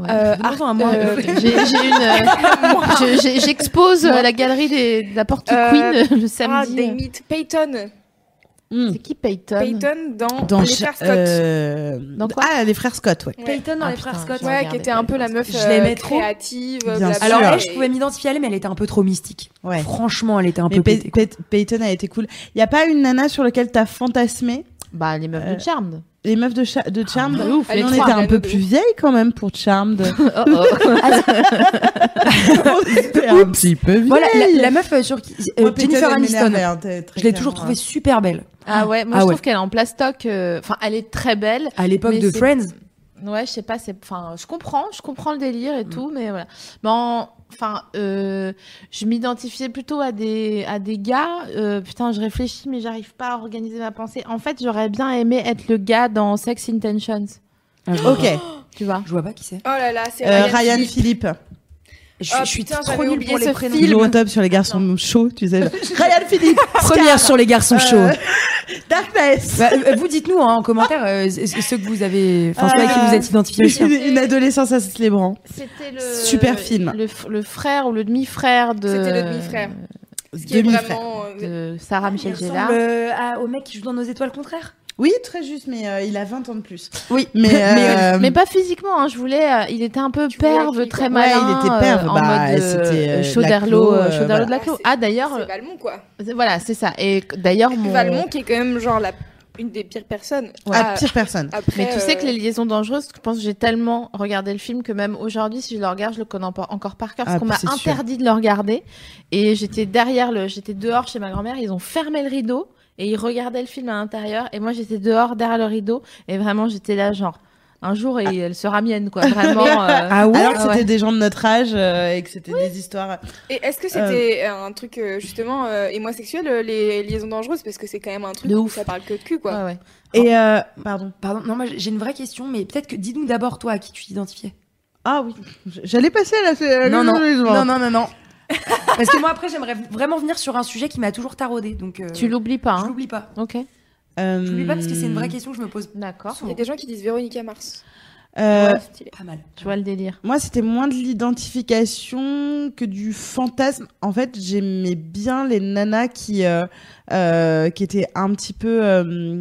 J'expose à la galerie de la Porky Queen le samedi. Des mythes. Peyton. C'est qui Peyton? Peyton dans Les Frères Scott. Dans quoi? Les Frères Scott, ouais. Peyton dans Les Frères Scott. Ouais, qui était un peu la meuf créative. Bien sûr. Alors elle, je pouvais m'identifier à elle, mais elle était un peu trop mystique. Ouais. Franchement, elle était un peu pétée. Peyton a été cool. Il y a pas une nana sur laquelle t'as fantasmé? Les meufs de Charmed. Les meufs de Charmed, ouf, on était un peu plus vieilles quand même pour Charmed. On était un petit peu vieilles. Voilà, la meuf sur qui Jennifer Aniston. Je l'ai toujours trouvée super belle. Ah ouais, moi je trouve qu'elle est en plastoc. Enfin, elle est très belle. À l'époque de Friends. Ouais, je sais pas. Je comprends le délire et tout, mais voilà. Bon, je m'identifiais plutôt à des gars. Putain, je réfléchis, mais j'arrive pas à organiser ma pensée. En fait, j'aurais bien aimé être le gars dans Sex Intentions. Ok. Tu vois. Je vois pas qui c'est. Oh là là, c'est Ryan Philippe. Je suis trop nulle pour les prénoms. Il joue au top sur les garçons chauds, tu sais. Ryan Philippe. Première sur les garçons chauds. Darkness. Vous dites-nous en commentaire ceux que vous avez, ceux avec qui vous êtes identifiés aussi. Une adolescence à se célébrer. C'était super film. Le frère ou le demi-frère de. C'était le demi-frère. Ce qui est vraiment de Sarah Michelle Gellar. Au mec qui joue dans Nos étoiles contraires. Oui, très juste, mais il a 20 ans de plus. Oui, mais pas physiquement. Je voulais. Il était un peu perve, très malin. Ouais, il était perve. En mode c'était Chauderlot de la Clos. Ah d'ailleurs. C'est Valmont quoi. Voilà, c'est ça. Et d'ailleurs Valmont qui est quand même genre une des pires personnes. Pire personne. Après, mais tu sais que Les Liaisons Dangereuses, je pense que j'ai tellement regardé le film que même aujourd'hui, si je le regarde, je le connais encore par cœur parce qu'on m'a interdit de le regarder. Et j'étais dehors chez ma grand-mère. Ils ont fermé le rideau. Et ils regardaient le film à l'intérieur. Et moi, j'étais dehors, derrière le rideau. Et vraiment, j'étais là, genre, un jour et elle sera mienne, quoi. Vraiment. Alors que c'était des gens de notre âge et que c'était des histoires. Et est-ce que c'était un truc justement hémosexuel, les liaisons dangereuses, parce que c'est quand même un truc où ça parle que de cul, quoi. Ouais. Et pardon. Non, moi j'ai une vraie question, mais peut-être que dis-nous d'abord toi à qui tu t'identifiais. Ah oui, j'allais passer à la. Non. Parce que moi après j'aimerais vraiment venir sur un sujet qui m'a toujours taraudé, donc. Tu l'oublies pas. Je l'oublie pas. Ok. Je l'oublie pas parce que c'est une vraie question que je me pose. D'accord. Il y a des gens qui disent Véronica Mars. Stylé. Pas mal. Tu vois le délire. Moi, c'était moins de l'identification que du fantasme. En fait, j'aimais bien les nanas qui étaient un petit peu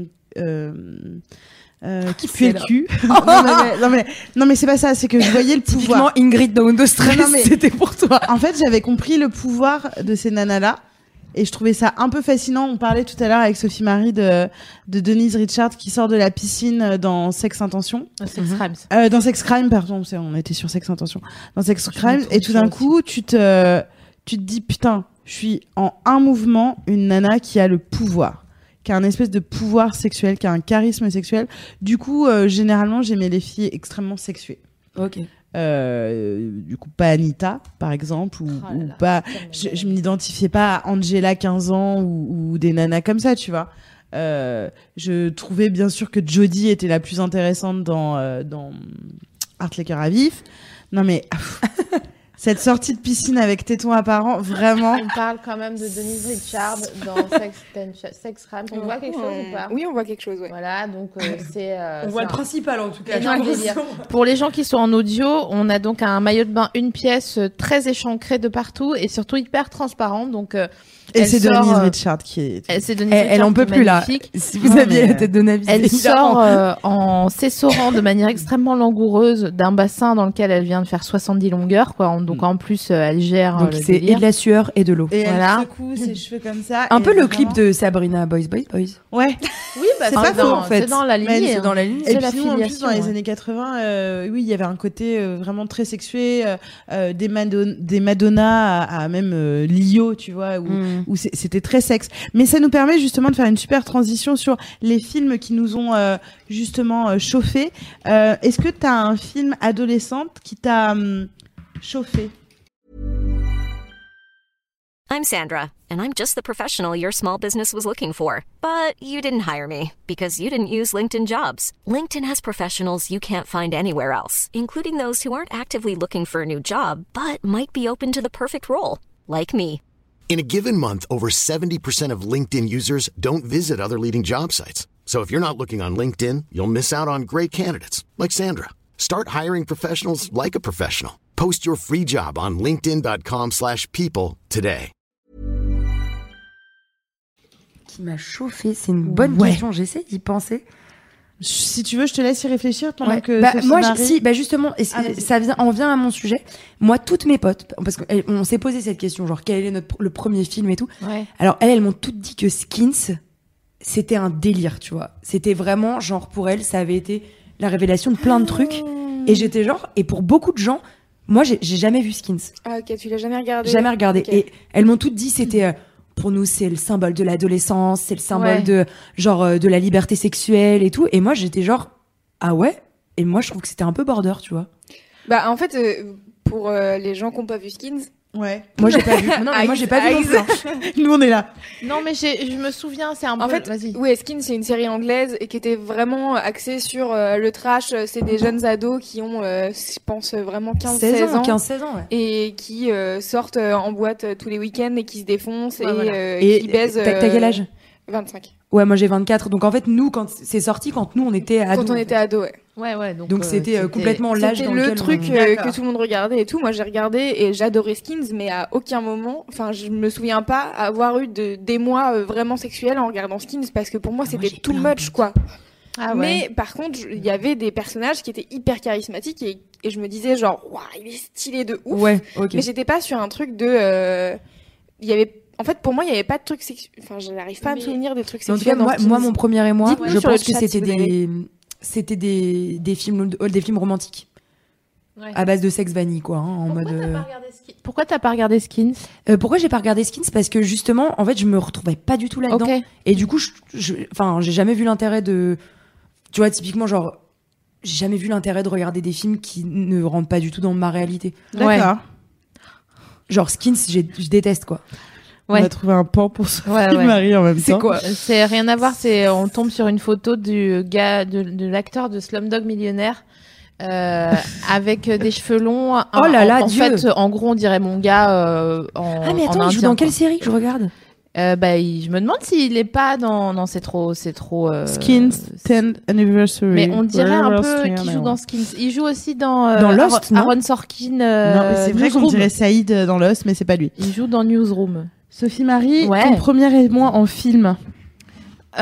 qui puaient le cul. non mais c'est pas ça, c'est que je voyais le pouvoir. Typiquement Ingrid dans Windows 13, c'était pour toi. En fait, j'avais compris le pouvoir de ces nanas-là. Et je trouvais ça un peu fascinant. On parlait tout à l'heure avec Sophie Marie de Denise Richards qui sort de la piscine dans Sex Intention. Sex Crimes. Dans Sex Crime, pardon. On était sur Sex Intention. Dans Sex Crime. Et tout d'un coup, tu te dis, putain, je suis en un mouvement une nana qui a le pouvoir. Qui a un espèce de pouvoir sexuel, qui a un charisme sexuel. Du coup, généralement, j'aimais les filles extrêmement sexuées. Ok. Du coup pas Anita par exemple ou pas je m'identifiais pas à Angela 15 ans ou des nanas comme ça, tu vois. Je trouvais bien sûr que Jodie était la plus intéressante dans Art les cœurs à vif. Non mais cette sortie de piscine avec tétons apparents, vraiment. On parle quand même de Denise Richards dans Sex Crimes. On voit quelque chose ou pas? Oui, on voit quelque chose, ouais. Voilà, donc c'est... on voit le principal en tout cas. Pour les gens qui sont en audio, on a donc un maillot de bain, une pièce très échancrée de partout et surtout hyper transparent, donc... Et c'est Denise Richards qui est... Elle en peut plus là. Si vous aviez la tête de Navi. Elle sort en s'essorant de manière extrêmement langoureuse d'un bassin dans lequel elle vient de faire 70 longueurs, quoi. Donc en plus, elle gère. Donc c'est et de la sueur et de l'eau. Et elle secoue ses cheveux comme ça. Un peu le clip de Sabrina Boys. Ouais. Oui, bah c'est pas faux en fait. C'est dans la lignée. C'est dans la lignée. Et puis en plus dans les années 80, oui, il y avait un côté vraiment très sexué, des Madonna à même Lio, tu vois, où c'était très sexe. Mais ça nous permet justement de faire une super transition sur les films qui nous ont justement chauffé. Est-ce que t'as un film adolescente qui t'a chauffé? I'm Sandra, and I'm just the professional your small business was looking for. But you didn't hire me because you didn't use LinkedIn Jobs. LinkedIn has professionals you can't find anywhere else, including those who aren't actively looking for a new job, but might be open to the perfect role, like me. In a given month, over 70% of LinkedIn users don't visit other leading job sites. So if you're not looking on LinkedIn, you'll miss out on great candidates like Sandra. Start hiring professionals like a professional. Post your free job on linkedin.com/people today. Qui m'a chauffé, c'est une bonne question, j'essaie d'y penser. Si tu veux, je te laisse y réfléchir pendant que moi justement, ça vient à mon sujet. Moi, toutes mes potes, parce qu'on s'est posé cette question, genre quel est le premier film et tout. Ouais. Alors elles m'ont toutes dit que Skins, c'était un délire, tu vois. C'était vraiment genre pour elles, ça avait été la révélation de plein de trucs. Et j'étais genre, et pour beaucoup de gens, moi j'ai jamais vu Skins. Ah ok, tu l'as jamais regardé. Jamais regardé. Okay. Et elles m'ont toutes dit c'était pour nous, c'est le symbole de l'adolescence, c'est le symbole de genre de la liberté sexuelle et tout. Et moi, j'étais genre ah ouais. Et moi, je trouve que c'était un peu border, tu vois. Bah en fait, pour les gens qui n'ont pas vu Skins. Ouais. Moi, j'ai pas vu. Non, mais moi, j'ai pas vu non plus. Nous, on est là. Non, mais je me souviens, c'est un peu. En fait, vas-y. Oui, Skins, c'est une série anglaise et qui était vraiment axée sur le trash. C'est des jeunes ados qui ont, je pense, vraiment 15-16 ans. 15-16 ans, ouais. Et qui sortent en boîte tous les week-ends et qui se défoncent et qui baisent. T'as quel âge? 25. Ouais, moi j'ai 24. Donc en fait, nous, quand c'est sorti, quand nous on était ados. Quand on était ados, ouais. Ouais. Donc c'était complètement l'âge dans lequel le truc que tout le monde regardait et tout. Moi j'ai regardé et j'adorais Skins, mais à aucun moment, enfin je me souviens pas avoir eu des mois vraiment sexuels en regardant Skins parce que pour moi c'était too much quoi. Ah ouais. Mais par contre, il y avait des personnages qui étaient hyper charismatiques et je me disais genre waouh, il est stylé de ouf. Ouais, ok. Mais j'étais pas sur un truc de il y avait en fait, pour moi, il n'y avait pas de trucs sexuels. Enfin, je n'arrive pas à me souvenir des trucs sexuels. En tout cas, moi, mon premier émoi, je pense que c'était des films romantiques. Ouais. À base de sexe vanille, quoi. En mode. Pourquoi t'as pas regardé Skins? Pourquoi j'ai pas regardé Skins? Parce que justement, en fait, je me retrouvais pas du tout là-dedans. Okay. Et du coup, j'ai jamais vu l'intérêt de. Tu vois, typiquement, genre. j'ai jamais vu l'intérêt de regarder des films qui ne rentrent pas du tout dans ma réalité. D'accord. Genre Skins, je déteste quoi. On a trouvé un pan pour ce film, Marie, en même temps. C'est quoi? C'est rien à voir, on tombe sur une photo du gars, de l'acteur de Slumdog Millionnaire, avec des cheveux longs. Oh là là, en fait, en gros, on dirait mon gars, Ah, mais attends, il joue dans quelle série que je regarde? Je me demande s'il est pas dans, non, c'est trop, Skins 10th Anniversary. Mais on dirait un peu qu'il joue dans Skins. Il joue aussi dans Lost, Aaron Sorkin. Non, mais c'est vrai qu'on dirait Saïd dans Lost, mais c'est pas lui. Il joue dans Newsroom. Sophie Marie, ton premier émoi en film. Tout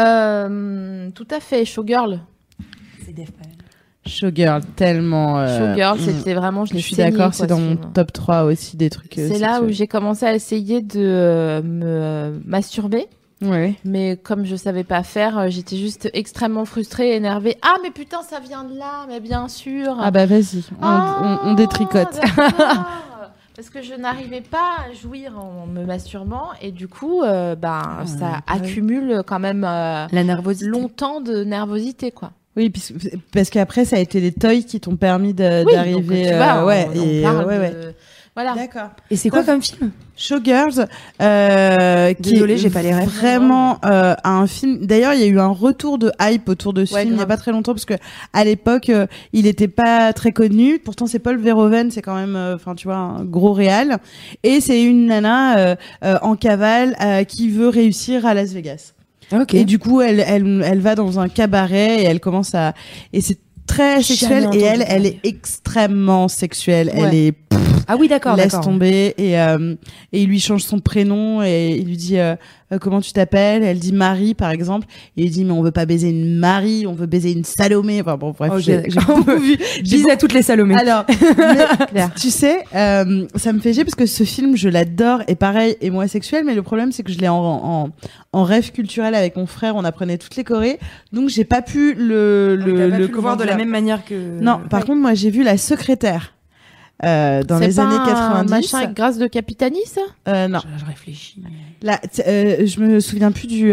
à fait, Showgirl. C'est Def Pal. Showgirl, tellement. Showgirl, c'était vraiment, je suis d'accord, c'est dans mon top 3 aussi des trucs. C'est là où j'ai commencé à essayer de me masturber. Ouais. Mais comme je savais pas faire, j'étais juste extrêmement frustrée, énervée. Ah, mais putain, ça vient de là, mais bien sûr. Ah bah vas-y, on détricote. Parce que je n'arrivais pas à jouir en me masturbant et du coup, ça accumule quand même la nervosité. Longtemps de nervosité, quoi. Oui, parce qu'après, ça a été les toys qui t'ont permis d'arriver. Donc, tu vois, on parle de... Voilà. D'accord. Et c'est quoi comme film? Showgirls, Désolée, j'ai pas les rêves. Vraiment un film. D'ailleurs, il y a eu un retour de hype autour de ce film il y a pas très longtemps parce que à l'époque, il était pas très connu. Pourtant, c'est Paul Verhoeven, c'est quand même, tu vois, un gros réal. Et c'est une nana en cavale qui veut réussir à Las Vegas. Okay. Et du coup, elle va dans un cabaret et elle commence et c'est très sexuel et elle est extrêmement sexuelle. Ouais. Elle est ah oui, d'accord. Laisse tomber et il lui change son prénom et il lui dit comment tu t'appelles? Elle dit Marie par exemple et il dit mais on veut pas baiser une Marie, on veut baiser une Salomé. Enfin bon bref, j'ai beaucoup vu. Bise à toutes les Salomé. Alors, tu sais, ça me fait chier parce que ce film je l'adore et pareil et moi sexuel, mais le problème c'est que je l'ai en rêve culturel avec mon frère, on apprenait toutes les chorés, donc j'ai pas pu le voir de la même manière que. Non, par contre moi j'ai vu La Secrétaire. Dans les années 90. C'est pas un machin avec Grâce de Capitani, ça? Non. Je réfléchis. Là, je me souviens plus du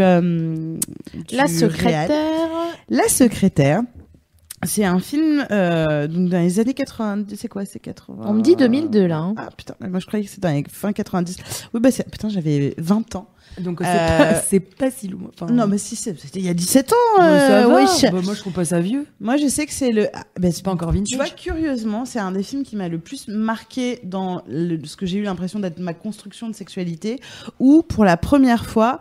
La Secrétaire. Réal. La Secrétaire. C'est un film donc dans les années 90. C'est quoi? C'est 80. On me dit 2002 là. Hein. Ah putain, moi je croyais que c'était dans les fin 90. Oui bah putain, j'avais 20 ans. Donc c'est pas si loin. Enfin, non mais si c'était il y a 17 ans. Ça va. Oui. Moi je trouve pas ça vieux. Moi je sais que c'est c'est pas encore vintage. Tu vois, curieusement, c'est un des films qui m'a le plus marqué dans ce que j'ai eu l'impression d'être ma construction de sexualité, où pour la première fois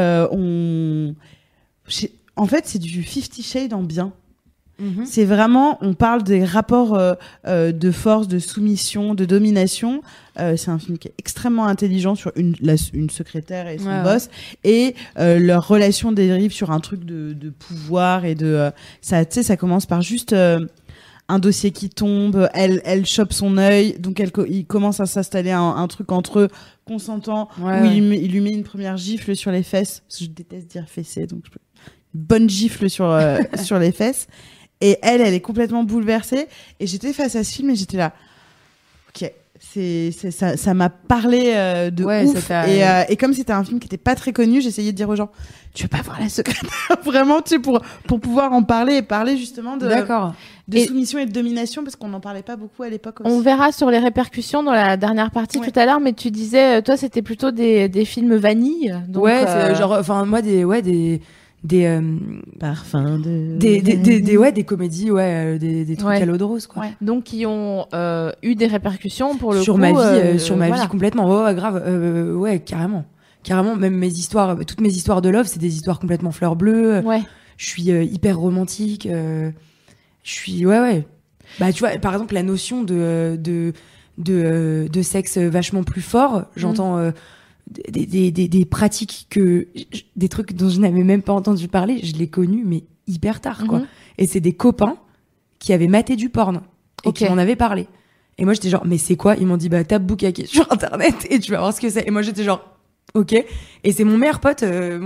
en fait c'est du 50 Shades en bien. Mm-hmm. C'est vraiment, on parle des rapports de force, de soumission, de domination. C'est un film qui est extrêmement intelligent sur une secrétaire et son boss, et leur relation dérive sur un truc de pouvoir et de ça. Tu sais, ça commence par juste un dossier qui tombe, elle chope son œil, donc il commence à s'installer un truc entre eux consentant où il lui met une première gifle sur les fesses. Parce que je déteste dire fesser, donc une bonne gifle sur les fesses. Et elle est complètement bouleversée. Et j'étais face à ce film et j'étais là, ok, ça m'a parlé de ouf. Et comme c'était un film qui était pas très connu, j'essayais de dire aux gens, tu veux pas voir La Secrétaire? Vraiment, tu sais, pour pouvoir en parler et parler justement de soumission et de domination, parce qu'on n'en parlait pas beaucoup à l'époque aussi. On verra sur les répercussions dans la dernière partie tout à l'heure, mais tu disais, toi, c'était plutôt des films vanille. Donc, c'est genre, enfin, moi, des parfums des comédies des trucs à l'eau de rose quoi. Donc qui ont eu des répercussions pour le sur coup, ma vie sur ma vie complètement grave carrément même toutes mes histoires de love c'est des histoires complètement fleur bleue. Je suis hyper romantique, je suis bah tu vois par exemple la notion de sexe vachement plus fort, j'entends des pratiques des trucs dont je n'avais même pas entendu parler, je l'ai connu mais hyper tard quoi. Et c'est des copains qui avaient maté du porn et qui m'en avaient parlé. Et moi j'étais genre mais c'est quoi? Ils m'ont dit bah tape Bukake sur internet et tu vas voir ce que c'est. Et moi j'étais genre ok. Et c'est mon meilleur pote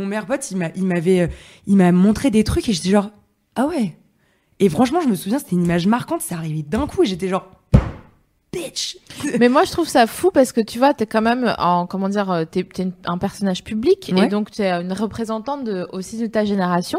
il m'a montré des trucs et j'étais genre ah ouais. Et franchement je me souviens c'était une image marquante, ça arrivait d'un coup et j'étais genre bitch. Mais moi, je trouve ça fou parce que tu vois, t'es quand même t'es un personnage public et donc t'es une représentante aussi de ta génération.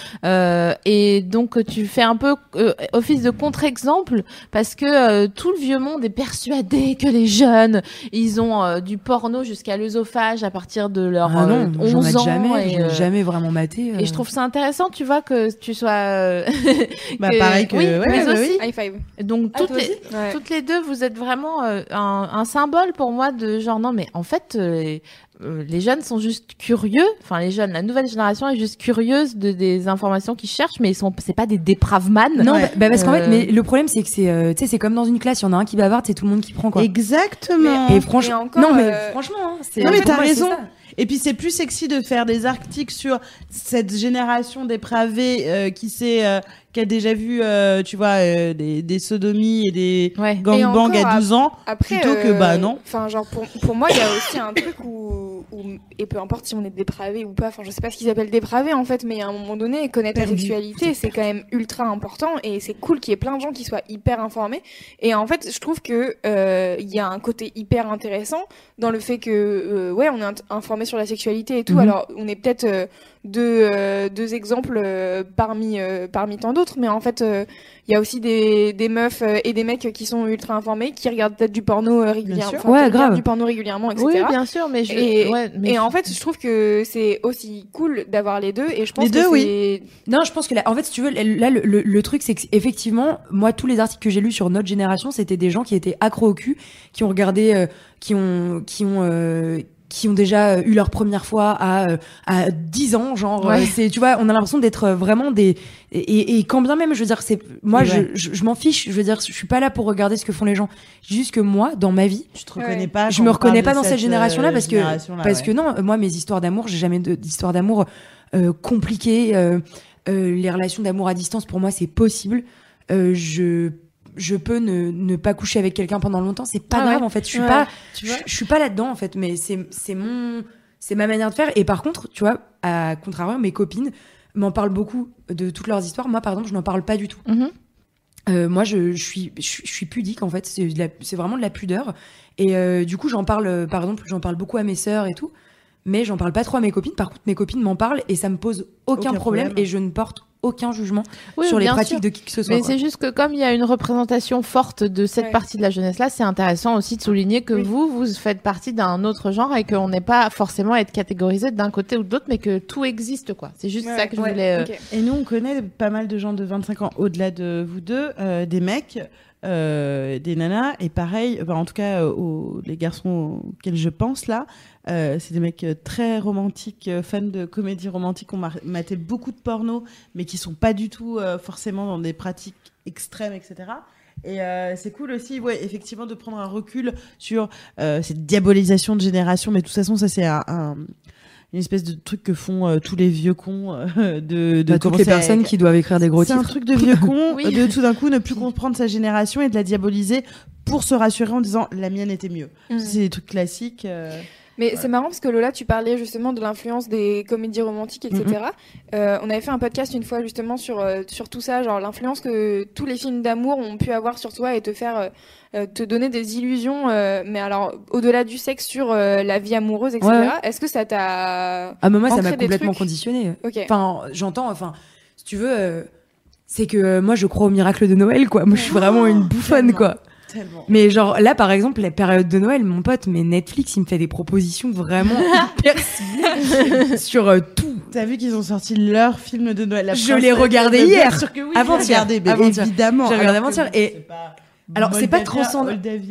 Et donc tu fais un peu office de contre-exemple parce que tout le vieux monde est persuadé que les jeunes, ils ont du porno jusqu'à l'œsophage à partir de leur 11 ans. J'en ai jamais vraiment maté. Et je trouve ça intéressant, tu vois, que tu sois... pareil que... Oui, mais aussi. High five. Donc toutes les deux, vous êtes vraiment un symbole pour moi de genre, non mais en fait... les jeunes sont juste curieux, enfin les jeunes, la nouvelle génération est juste curieuse des informations qu'ils cherchent, mais c'est pas des dépravemans. Non, parce qu'en fait, mais le problème c'est que c'est comme dans une classe, il y en a un qui bavarde, c'est tout le monde qui prend quoi. Exactement. Et franchement, franchement, non mais t'as raison. Et puis c'est plus sexy de faire des articles sur cette génération dépravée qui a déjà vu, tu vois, des sodomies et des gangbangs à 12 ans, après, plutôt que non. Enfin, genre pour moi, il y a aussi un truc où et peu importe si on est dépravé ou pas. Enfin, je sais pas ce qu'ils appellent dépravé en fait, mais à un moment donné, connaître la sexualité, c'est quand même ultra important et c'est cool qu'il y ait plein de gens qui soient hyper informés. Et en fait, je trouve que il y a un côté hyper intéressant dans le fait que on est informé sur la sexualité et tout. Alors, on est peut-être deux exemples parmi tant d'autres, mais en fait il y a aussi des meufs et des mecs qui sont ultra informés, qui regardent peut-être du porno régulièrement, grave, du porno régulièrement, etc. Oui, bien sûr, mais et en fait, je trouve que c'est aussi cool d'avoir les deux, et je pense Non, je pense que en fait, si tu veux, là, le truc, c'est qu'effectivement, moi, tous les articles que j'ai lus sur notre génération, c'était des gens qui étaient accros au cul, qui ont regardé, qui ont déjà eu leur première fois à 10 ans, genre, c'est, tu vois, on a l'impression d'être vraiment et quand bien même, je veux dire, moi, je m'en fiche, je veux dire, je suis pas là pour regarder ce que font les gens. Juste que moi, dans ma vie, je me reconnais pas dans cette génération-là parce que non, moi, mes histoires d'amour, j'ai jamais d'histoire d'amour compliquée, les relations d'amour à distance, pour moi, c'est possible. Je peux ne pas coucher avec quelqu'un pendant longtemps, c'est pas grave en fait. Je suis pas là-dedans en fait, mais c'est ma manière de faire. Et par contre, tu vois, à contrario, mes copines m'en parlent beaucoup de toutes leurs histoires. Moi, par exemple, je n'en parle pas du tout. Moi, je suis pudique en fait. C'est vraiment de la pudeur. Et du coup, j'en parle. Par exemple, j'en parle beaucoup à mes sœurs et tout, mais j'en parle pas trop à mes copines. Par contre, mes copines m'en parlent et ça me pose aucun problème. Et je ne porte aucun jugement sur les pratiques de qui que ce soit. Mais c'est juste que comme il y a une représentation forte de cette partie de la jeunesse-là, c'est intéressant aussi de souligner que vous faites partie d'un autre genre et qu'on n'est pas forcément à être catégorisé d'un côté ou de l'autre, mais que tout existe, quoi. C'est juste ça que je voulais... Et nous, on connaît pas mal de gens de 25 ans au-delà de vous deux, des mecs... des nanas, et pareil, en tout cas les garçons auxquels je pense là, c'est des mecs très romantiques, fans de comédies romantiques, qui ont maté beaucoup de porno, mais qui sont pas du tout forcément dans des pratiques extrêmes, etc. Et c'est cool aussi, effectivement, de prendre un recul sur cette diabolisation de génération, mais de toute façon, ça c'est une espèce de truc que font tous les vieux cons de toutes les personnes qui doivent écrire des gros titres. C'est un truc de vieux cons de tout d'un coup ne plus comprendre sa génération et de la diaboliser pour se rassurer en disant la mienne était mieux. C'est des trucs classiques. Mais c'est marrant parce que Lola, tu parlais justement de l'influence des comédies romantiques, etc. On avait fait un podcast une fois justement sur tout ça, genre l'influence que tous les films d'amour ont pu avoir sur toi et te faire te donner des illusions, mais alors au-delà du sexe, sur la vie amoureuse, etc. Est-ce que ça t'a moi ça m'a complètement conditionné. Enfin, si tu veux, c'est que moi je crois au miracle de Noël, quoi. Moi je suis vraiment une bouffonne, quoi. Tellement. Mais genre là par exemple la période de Noël, mon pote, mais Netflix il me fait des propositions vraiment hyper ciblées sur tout. T'as vu qu'ils ont sorti leur film de Noël? Je l'ai regardé hier. Sûr que oui, avant-hier. Évidemment. J'ai regardé avant-hier et alors c'est pas transcendant.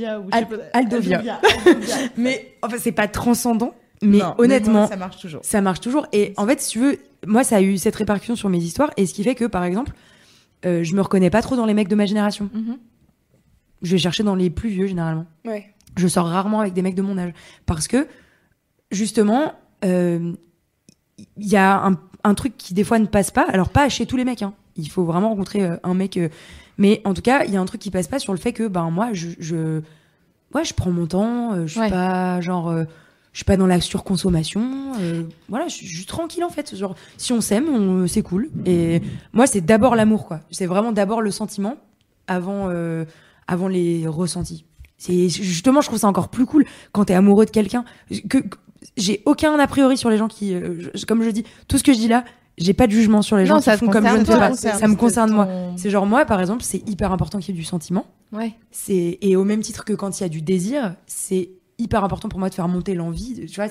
Aldovia. Mais enfin c'est pas transcendant. Mais non, honnêtement, ça marche toujours. Ça marche toujours. Et en fait, si tu veux, moi ça a eu cette répercussion sur mes histoires, et ce qui fait que par exemple, je me reconnais pas trop dans les mecs de ma génération. Je vais chercher dans les plus vieux, généralement. Je sors rarement avec des mecs de mon âge. Parce que, justement, il y a un truc qui, des fois, ne passe pas. Alors, pas chez tous les mecs, hein. Il faut vraiment rencontrer un mec... mais, en tout cas, il y a un truc qui passe pas sur le fait que, moi, je prends mon temps. Je suis pas, je suis pas dans la surconsommation. Voilà, je suis tranquille, en fait. Genre, si on s'aime, c'est cool. Et moi, c'est d'abord l'amour, quoi. C'est vraiment d'abord le sentiment avant les ressentis. C'est justement, je trouve ça encore plus cool quand t'es amoureux de quelqu'un. Que j'ai aucun a priori sur les gens qui, comme je dis, tout ce que je dis là, j'ai pas de jugement sur les gens qui font comme je ne fais pas. Ça me concerne moi. C'est genre moi, par exemple, c'est hyper important qu'il y ait du sentiment. Ouais. Et au même titre que quand il y a du désir, c'est hyper important pour moi de faire monter l'envie. Tu vois,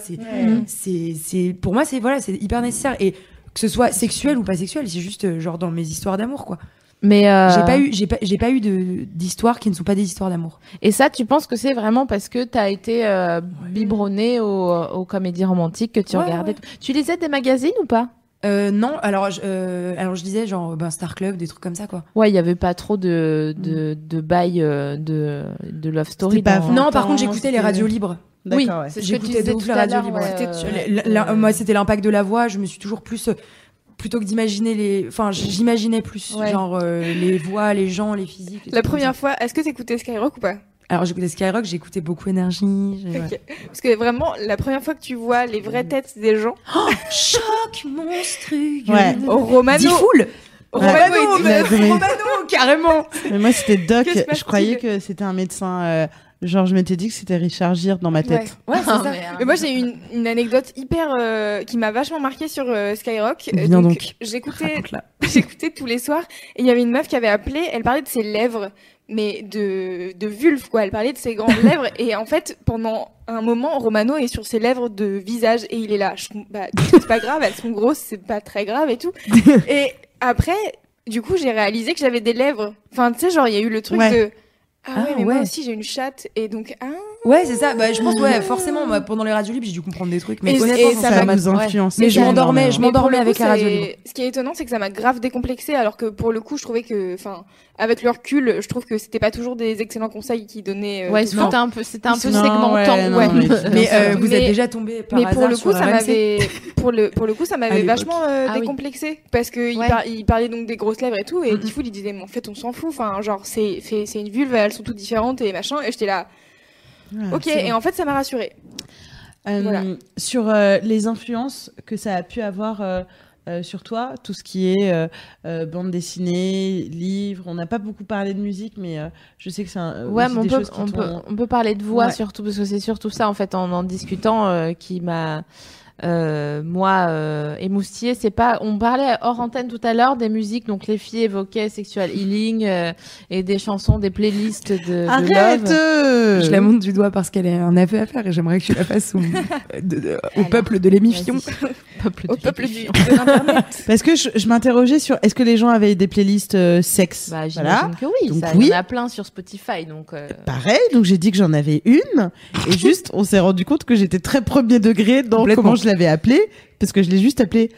c'est pour moi, c'est hyper nécessaire. Et que ce soit sexuel ou pas sexuel, c'est juste genre dans mes histoires d'amour, quoi. Mais j'ai pas eu d'histoires qui ne sont pas des histoires d'amour. Et ça, tu penses que c'est vraiment parce que t'as été biberonné aux comédies romantiques que tu regardais. Ouais. Tu lisais des magazines ou pas? Non, alors je disais genre Star Club, des trucs comme ça, quoi. Ouais, il y avait pas trop de bail de love story. Non, par contre, j'écoutais les radios libres. Oui, ouais. J'écoutais de ouf la radio libre. Moi, c'était l'impact de la voix. Je me suis toujours plus plutôt que d'imaginer j'imaginais plus genre les voix, les gens, les physiques. La première fois, est-ce que t'écoutais Skyrock ou pas? Alors j'écoutais Skyrock, j'écoutais beaucoup Énergie. Okay. Parce que vraiment, la première fois que tu vois les vraies têtes des gens, choc monstrueux. Ouais. Romano. Diffoul. Romano, carrément. Mais moi c'était Doc. Je croyais que c'était un médecin. Genre, je m'étais dit que c'était Richard Gere dans ma tête. Ouais, c'est ça. Mais moi, j'ai eu une anecdote hyper qui m'a vachement marquée sur Skyrock. Donc, j'écoutais tous les soirs. Et il y avait une meuf qui avait appelé. Elle parlait de ses lèvres, mais de vulve, quoi. Elle parlait de ses grandes lèvres. Et en fait, pendant un moment, Romano est sur ses lèvres de visage et il est là. C'est pas grave, elles sont grosses, c'est pas très grave et tout. Et après, du coup, j'ai réalisé que j'avais des lèvres. Enfin, tu sais, genre, il y a eu le truc de. Moi aussi j'ai une chatte et donc ouais, c'est ça. Je pense forcément pendant les radios libres j'ai dû comprendre des trucs, mais honnêtement ça nous influence. Mais je m'endormais avec la radio libre. Ce qui est étonnant, c'est que ça m'a grave décomplexée, alors que pour le coup je trouvais que avec le recul, je trouve que c'était pas toujours des excellents conseils qu'ils donnaient. C'était un peu segmentant. Mais vous êtes déjà tombé par hasard. Mais pour le coup, ça m'avait vachement décomplexé, parce que il parlait donc des grosses lèvres et tout, et du coup il disait mais en fait on s'en fout, enfin genre c'est une vulve, elles sont toutes différentes et machin, et j'étais là. Ok, et en fait ça m'a rassurée. Voilà. Sur les influences que ça a pu avoir sur toi, tout ce qui est bande dessinée, livres, on n'a pas beaucoup parlé de musique, mais je sais que c'est on peut parler de voix surtout, parce que c'est surtout ça en fait en discutant qui m'a émoustillée. C'est pas, on parlait hors antenne tout à l'heure des musiques, donc les filles évoquaient sexual healing et des chansons, des playlists de Arrête love. Je la montre du doigt parce qu'elle est un aveu à faire et j'aimerais que tu la fasses au peuple de l'émission. Au peuple de l'internet. Parce que je m'interrogeais sur est-ce que les gens avaient des playlists sexe. J'imagine que oui. Donc il y en a plein sur Spotify, donc. Pareil, donc j'ai dit que j'en avais une et juste on s'est rendu compte que j'étais très premier degré dans comment je l'avais appelée, parce que je l'ai juste appelée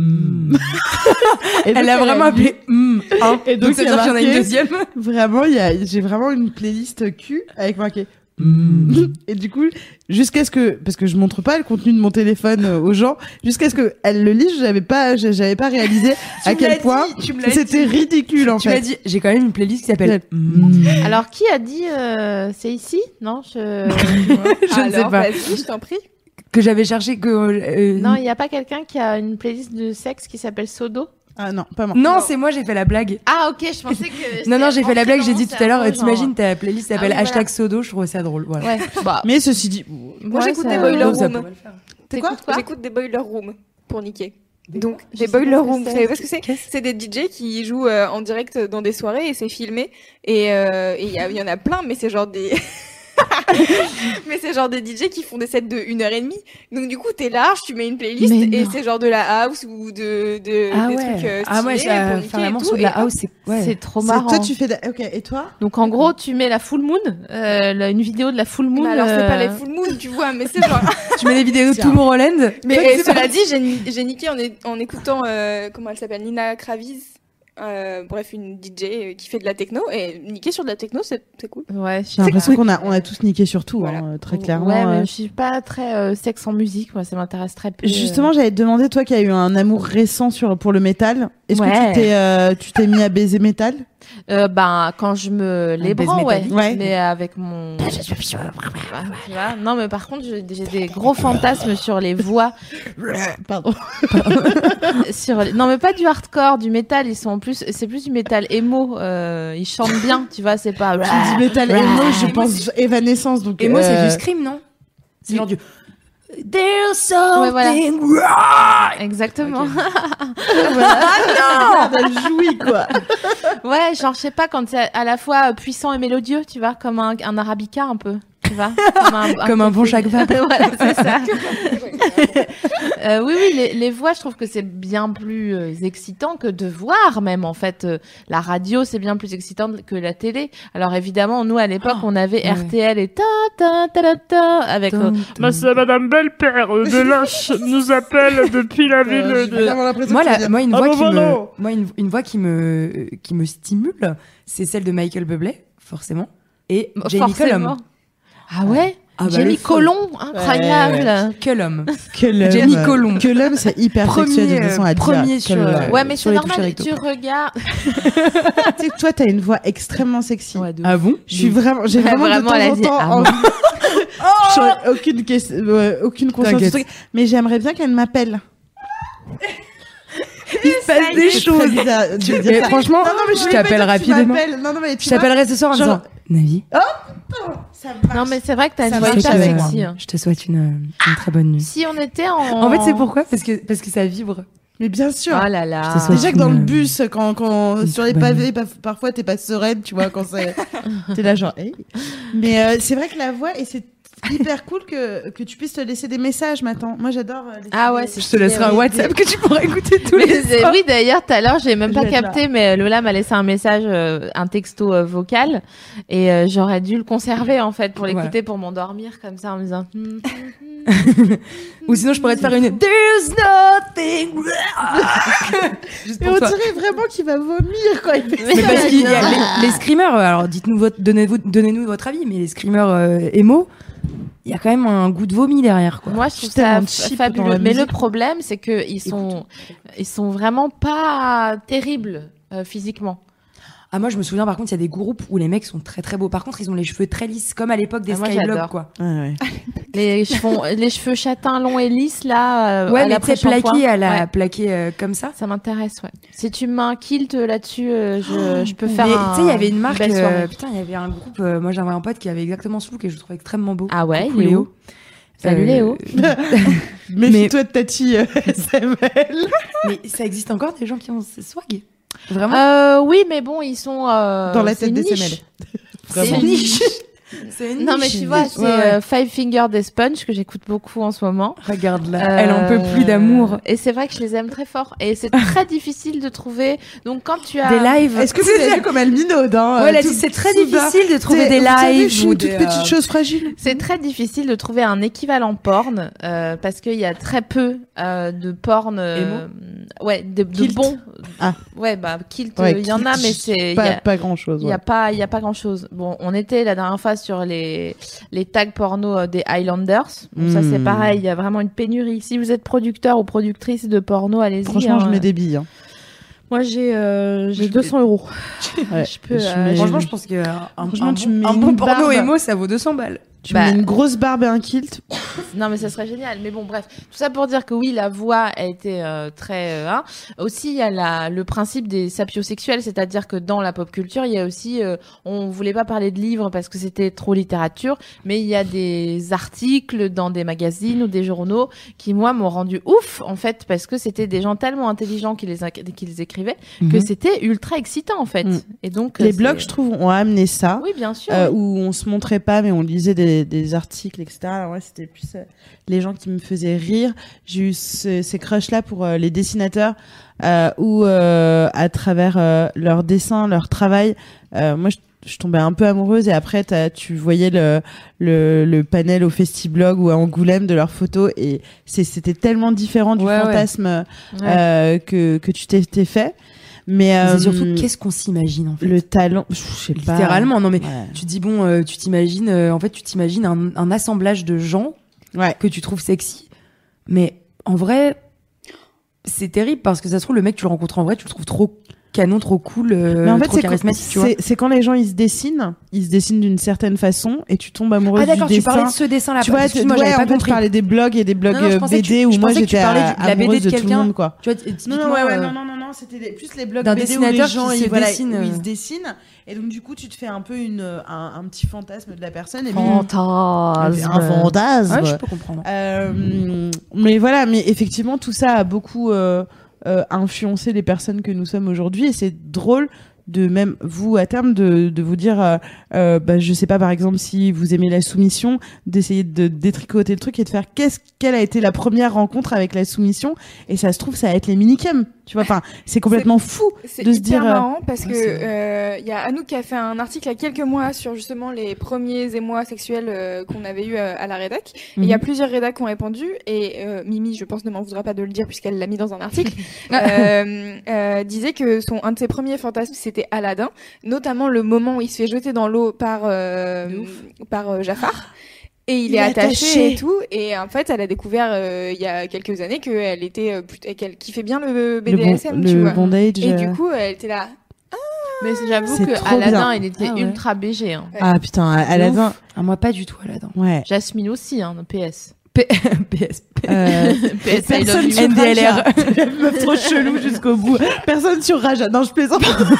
elle a vraiment appelé et donc ça veut dire qu'il y en a une deuxième. Vraiment, j'ai vraiment une playlist Q avec marqué et du coup, jusqu'à ce que, parce que je montre pas le contenu de mon téléphone aux gens, jusqu'à ce qu'elle le lise, j'avais pas réalisé à quel point c'était ridicule en fait. Tu m'as dit, j'ai quand même une playlist qui s'appelle Alors qui a dit c'est ici? Non, je ne sais pas. Vas-y, je t'en prie. Que j'avais cherché que non, il y a pas quelqu'un qui a une playlist de sexe qui s'appelle Sodo? Ah non, pas moi. Non, c'est moi, j'ai fait la blague. Ah ok, je pensais que non, j'ai fait la blague, j'ai dit tout à l'heure, t'imagines ta playlist s'appelle #Sodo, je trouvais ça drôle, voilà. Ouais. Mais ceci dit, moi j'écoute des Boiler Room. C'est quoi? J'écoute des Boiler Room pour niquer. Donc des Boiler Room, vous savez pas ce que c'est? C'est des DJ qui jouent en direct dans des soirées et c'est filmé, et il y en a plein, mais c'est genre des mais c'est genre des DJ qui font des sets de 1h30. Donc du coup t'es large, tu mets une playlist et c'est genre de la house ou des trucs stylés moi faire la manche sur de la house, c'est trop marrant. Toi tu fais OK, et toi? Donc en gros tu mets la full moon, une vidéo de la full moon. Mais alors c'est pas les full moon, tu vois, mais c'est genre tu mets des vidéos de Tomorrowland. Mais cela dit, j'ai niqué en écoutant comment elle s'appelle, Nina Kraviz. Bref, une DJ qui fait de la techno, et niquer sur de la techno, c'est cool. Ouais, j'ai l'impression qu'on a tous niqué sur tout, voilà. Très clairement. Ouais, mais je suis pas très sexe en musique, moi ça m'intéresse très peu. Justement, j'allais te demander, toi qui as eu un amour récent pour le métal, est-ce que tu t'es mis à baiser métal? Quand je me l'ébranle, baise métallique. mais avec mon... Tu vois. Non, mais par contre, j'ai des gros fantasmes sur les voix. Pardon. Non, mais pas du hardcore, du métal. C'est plus du métal emo. Ils chantent bien, tu vois, c'est pas... Tu dis métal emo, je pense Evanescence. Donc, Emo, c'est du scream, non? C'est genre du... There's something voilà. Exactement. Okay. Ah non, elle jouit quoi. Ouais, genre je sais pas, quand c'est à la fois puissant et mélodieux, tu vois, comme un arabica un peu, tu vois, comme un bon Jacques Vabre. Voilà, c'est ça. Oui, les voix, je trouve que c'est bien plus excitant que de voir même en fait. La radio, c'est bien plus excitant que la télé. Alors évidemment, nous à l'époque, on avait RTL et ta ta ta ta ta avec Madame Belle-Père de Lâche nous appelle depuis la ville de... Moi, une voix qui me stimule, c'est celle de Michael Bublé, forcément, et Jamie Cullum. Ah ouais. Jamie Colomb, incroyable. Cullum. Jamie Colomb. Cullum, c'est hyper sexuel de toute façon à dire. Premier sur. Ouais, mais c'est normal. Tu regardes. Tu sais que toi, t'as une voix extrêmement sexy. Ouais, ah bon? J'ai vraiment de temps en temps envie. Aucune conscience du truc. Mais j'aimerais bien qu'elle m'appelle. Il se passe des choses. Franchement, je t'appelle rapidement. Je t'appellerai ce soir en disant Navi. Non, mais c'est vrai que t'as une voix hyper sexy. Je te souhaite une très bonne nuit. Si on était en... En fait, c'est pourquoi? Parce que ça vibre. Mais bien sûr. Oh là là. Déjà que dans le bus, quand sur les pavés, parfois t'es pas sereine, tu vois, quand c'est... T'es là genre, hey. Mais c'est vrai que la voix, et c'est hyper cool que tu puisses te laisser des messages maintenant. Moi, j'adore. Je te laisserai un WhatsApp que tu pourras écouter tous les soirs. Oui, d'ailleurs, tout à l'heure, j'ai même pas capté, mais Lola m'a laissé un message, un texto vocal, et j'aurais dû le conserver en fait pour l'écouter, pour m'endormir comme ça en me disant. Ou sinon, je pourrais te faire une There's nothing. Et on dirait vraiment qu'il va vomir quand il fait ça. Mais parce qu'il y a les screamers. Alors, donnez-nous votre avis, mais les screamers emo. Il y a quand même un goût de vomi derrière, quoi. Moi, je trouve ça fabuleux. Mais le problème, c'est que ils sont vraiment pas terribles physiquement. Ah, moi, je me souviens, par contre, il y a des groupes où les mecs sont très très beaux. Par contre, ils ont les cheveux très lisses, comme à l'époque des Skylab, quoi. Ah, ouais. Les cheveux châtains longs et lisses, là. Ouais, mais très plaqués, plaqués comme ça. Ça m'intéresse, ouais. Si tu me mets un kilt là-dessus, je peux faire un... Tu sais, il y avait une marque, putain, il y avait un groupe, moi j'avais un pote qui avait exactement ce look et je le trouvais extrêmement beau. Ah ouais, coucou, Léo. Salut Léo. Méfie-toi de Tati SML. Mais ça existe encore des gens qui ont ce swag? Vraiment? Oui, mais bon, ils sont dans la tête des SML. C'est une niche. Non, mais tu vois, c'est Five Finger Death Punch que j'écoute beaucoup en ce moment. Regarde-la, elle en peut plus d'amour. Et c'est vrai que je les aime très fort. Et c'est très difficile de trouver. Donc quand tu as des lives, est-ce que vous avez vu comme elle minaude, hein? Ouais, elle a dit c'est très difficile de trouver des lives ou des petites choses fragiles. C'est très difficile de trouver un équivalent porn parce qu'il y a très peu de porn. Ouais, de bons. Ah. Ouais, kilt, il y en a, mais c'est pas grand chose. Il y a pas grand chose. Bon, on était la dernière fois sur les tags porno des Highlanders. Bon, ça c'est pareil, il y a vraiment une pénurie. Si vous êtes producteur ou productrice de porno, allez-y. Franchement, je mets des billes. Hein. Moi, j'ai 200 €. Ouais, franchement, je pense qu'un bon porno émo, ça vaut 200 balles. Tu mets une grosse barbe et un kilt. Non, mais ça serait génial. Mais bon, bref. Tout ça pour dire que oui, la voix a été très... Aussi, il y a le principe des sapiosexuels, c'est-à-dire que dans la pop culture, il y a aussi... on voulait pas parler de livres parce que c'était trop littérature, mais il y a des articles dans des magazines ou des journaux qui, moi, m'ont rendu ouf, en fait, parce que c'était des gens tellement intelligents qui les écrivaient que c'était ultra excitant, en fait. Et donc, les blogs, je trouve, ont amené ça. Oui, bien sûr. Où on se montrait pas, mais on lisait des articles, etc. Alors ouais, c'était plus les gens qui me faisaient rire. J'ai eu ces crushs-là pour les dessinateurs où à travers leurs dessins, leur travail, moi je tombais un peu amoureuse et après tu voyais le panel au Festiblog ou à Angoulême de leurs photos et c'était tellement différent du fantasme que tu t'étais fait. Mais c'est surtout qu'est-ce qu'on s'imagine en fait. Le talent, je sais pas. Littéralement, non mais tu dis bon, tu t'imagines en fait tu t'imagines un assemblage de gens que tu trouves sexy, mais en vrai c'est terrible parce que ça se trouve le mec tu le rencontres en vrai tu le trouves trop canon, trop cool, Mais en fait, trop charismatique, tu vois. c'est quand les gens ils se dessinent d'une certaine façon et tu tombes amoureuse du dessin. Ah d'accord, tu parlais de ce dessin-là. Tu vois, excuse-moi, j'avais pas compris. Je parlais des blogs et des blogs BD où moi j'étais la BD de tout le monde, quoi. Tu vois, typiquement, non, c'était plus les blogs d'un BD où les dessinateur gens qui se dessine. ils se dessinent et donc du coup tu te fais un peu un petit fantasme de la personne et Fantasme. un fantasme. Ouais, je peux comprendre. Mais voilà, mais effectivement tout ça a beaucoup influencé les personnes que nous sommes aujourd'hui et c'est drôle de même vous à terme de vous dire je sais pas, par exemple, si vous aimez la soumission, d'essayer de détricoter le truc et de faire quelle a été la première rencontre avec la soumission, et ça se trouve ça va être les minicums, tu vois, enfin c'est complètement fou de se dire. C'est marrant parce que y a Anouk qui a fait un article il y a quelques mois sur justement les premiers émois sexuels qu'on avait eu à la rédac. Et il y a plusieurs rédacs qui ont répondu et Mimi, je pense, ne m'en voudra pas de le dire puisqu'elle l'a mis dans un article. Disait que un de ses premiers fantasmes c'était Aladdin, notamment le moment où il se fait jeter dans l'eau par Jafar. Et il est attaché et tout. Et en fait, elle a découvert il y a quelques années qu'elle était qu'elle kiffait bien le BDSM, tu vois. Bondage. Et du coup, elle était là. Mais j'avoue C'est que trop Aladdin, bien. il était ultra BG. Hein. Ouais. Ah putain, Aladdin. Ah, moi pas du tout Aladdin. Ouais. Jasmine aussi, hein, PS. PS. PS, I love Personne you. sur NDLR. Raja. La meuf trop chelou jusqu'au bout. Personne sur Raja. Non, je plaisante.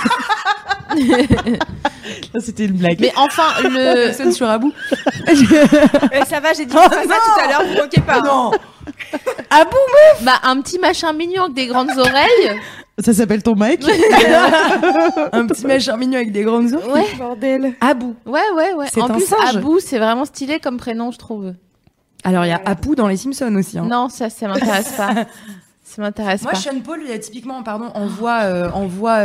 Ça, c'était une blague. Mais enfin, le. Personne sur Abou. Ça va, j'ai dit pas ça tout à l'heure, vous moquez pas. Non. Abou, bah, un petit machin mignon avec des grandes oreilles. Ça s'appelle ton mec. Un petit machin mignon avec des grandes oreilles. Ouais. Bordel. Abou. Ouais. C'est En un plus, singe. Abou, c'est vraiment stylé comme prénom, je trouve. Alors il y a Apu dans les Simpsons aussi. Hein. Non, ça m'intéresse pas. Ça m'intéresse Moi, pas. Sean Paul, typiquement, on voit.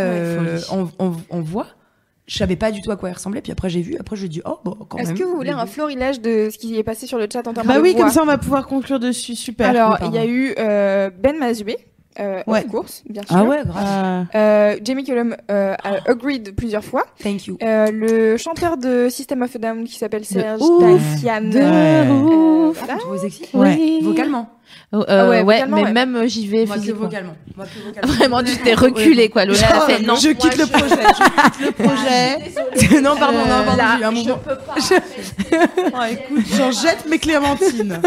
Je savais pas du tout à quoi il ressemblait, puis après j'ai vu, après je dis quand même. Est-ce que vous voulez un florilège de ce qui est passé sur le chat en termes de Bah oui, voix comme ça on va pouvoir conclure dessus. Super. Alors, Oui, il y a eu Ben Mazubé, Ouais. of course, bien sûr. Ah ouais, grave. Jamie Cullum a agreed plusieurs fois. Thank you. Le chanteur de System of a Down qui s'appelle Serge ouf. Tankian. De Vous trouvez sexy Oui. Vocalement. Ouais, vocalement, mais ouais. même j'y vais Moi que physiquement. vocalement. Vraiment, tu t'es reculé, quoi. Lola a fait non. Je quitte le projet. Je quitte le projet. Non, pardon, Là, j'ai eu un je mouvement. peux pas. Oh, écoute, j'en jette mes clémentines.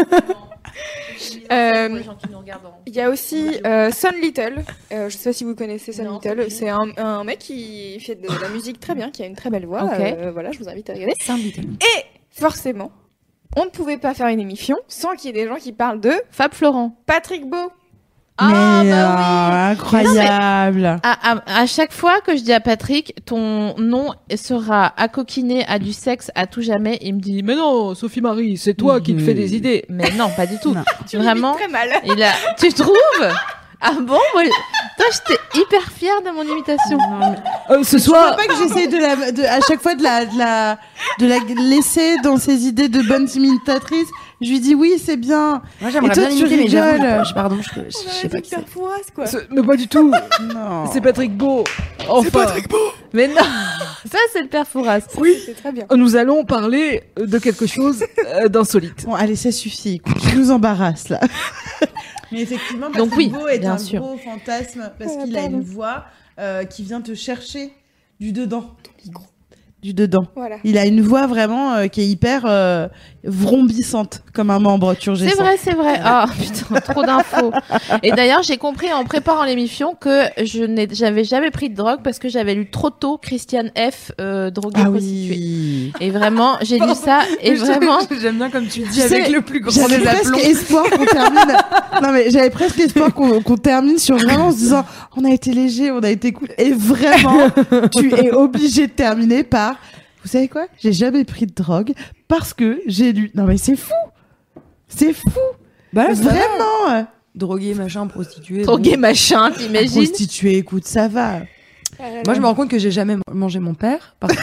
Il y a aussi Son Little. Je sais pas si vous connaissez Son Little. C'est un mec qui fait de la musique très bien, qui a une très belle voix. Ok. Voilà, je vous invite à regarder. C'est un little. Et forcément, on ne pouvait pas faire une émission sans qu'il y ait des gens qui parlent de Fab Florent. Patrick Beau. Mais bah incroyable. À chaque fois que je dis à Patrick, ton nom sera accoquiné à du sexe à tout jamais, il me dit mais non, Sophie Marie, c'est toi qui te fais des idées. Mais non, pas du tout. Non. Tu Vraiment. l'imites très mal. Tu trouves? Ah bon? Moi, toi, j'étais hyper fière de mon imitation. Ce soir, pas que j'essaye à chaque fois de la laisser dans ses idées de bonne imitatrice. Je lui dis oui, c'est bien. Moi j'aimerais Et toi, bien tu imiter, mais j'avoue, rigoles. je sais pas qui c'est. Quoi. Mais pas du tout. Non. C'est Patrick Beau. Enfin, Patrick Beau. Mais non, ça c'est le père Fouras. oui. C'est très bien. Nous allons parler de quelque chose d'insolite. Bon, allez, ça suffit. Écoute, tu nous embarrasses là. Mais effectivement, Patrick Donc oui, Beau est bien un sûr. gros fantasme parce qu'il a une voix qui vient te chercher du dedans. Du dedans. Voilà. Il a une voix vraiment qui est hyper vrombissante, comme un membre turgescent. C'est vrai. Ah putain, trop d'infos. Et d'ailleurs, j'ai compris en préparant l'émission que j'avais jamais pris de drogue parce que j'avais lu trop tôt Christiane F. Droguée Ah prostituée. oui. Et vraiment, j'ai lu ça et vraiment. J'aime bien comme tu dis Tu avec sais, le plus grand J'avais des presque aplombs. espoir qu'on termine. Non mais j'avais presque espoir qu'on termine sur vraiment en se disant on a été léger, on a été cool. Et vraiment, tu es obligé de terminer par. Vous savez quoi? J'ai jamais pris de drogue parce que j'ai lu. Non mais c'est fou. C'est fou. Bah là, Vraiment. drogué, machin, prostituée. Drogué machin, t'imagines? Prostituée, écoute, ça va. Moi, je me rends compte que j'ai jamais mangé mon père. Parce que...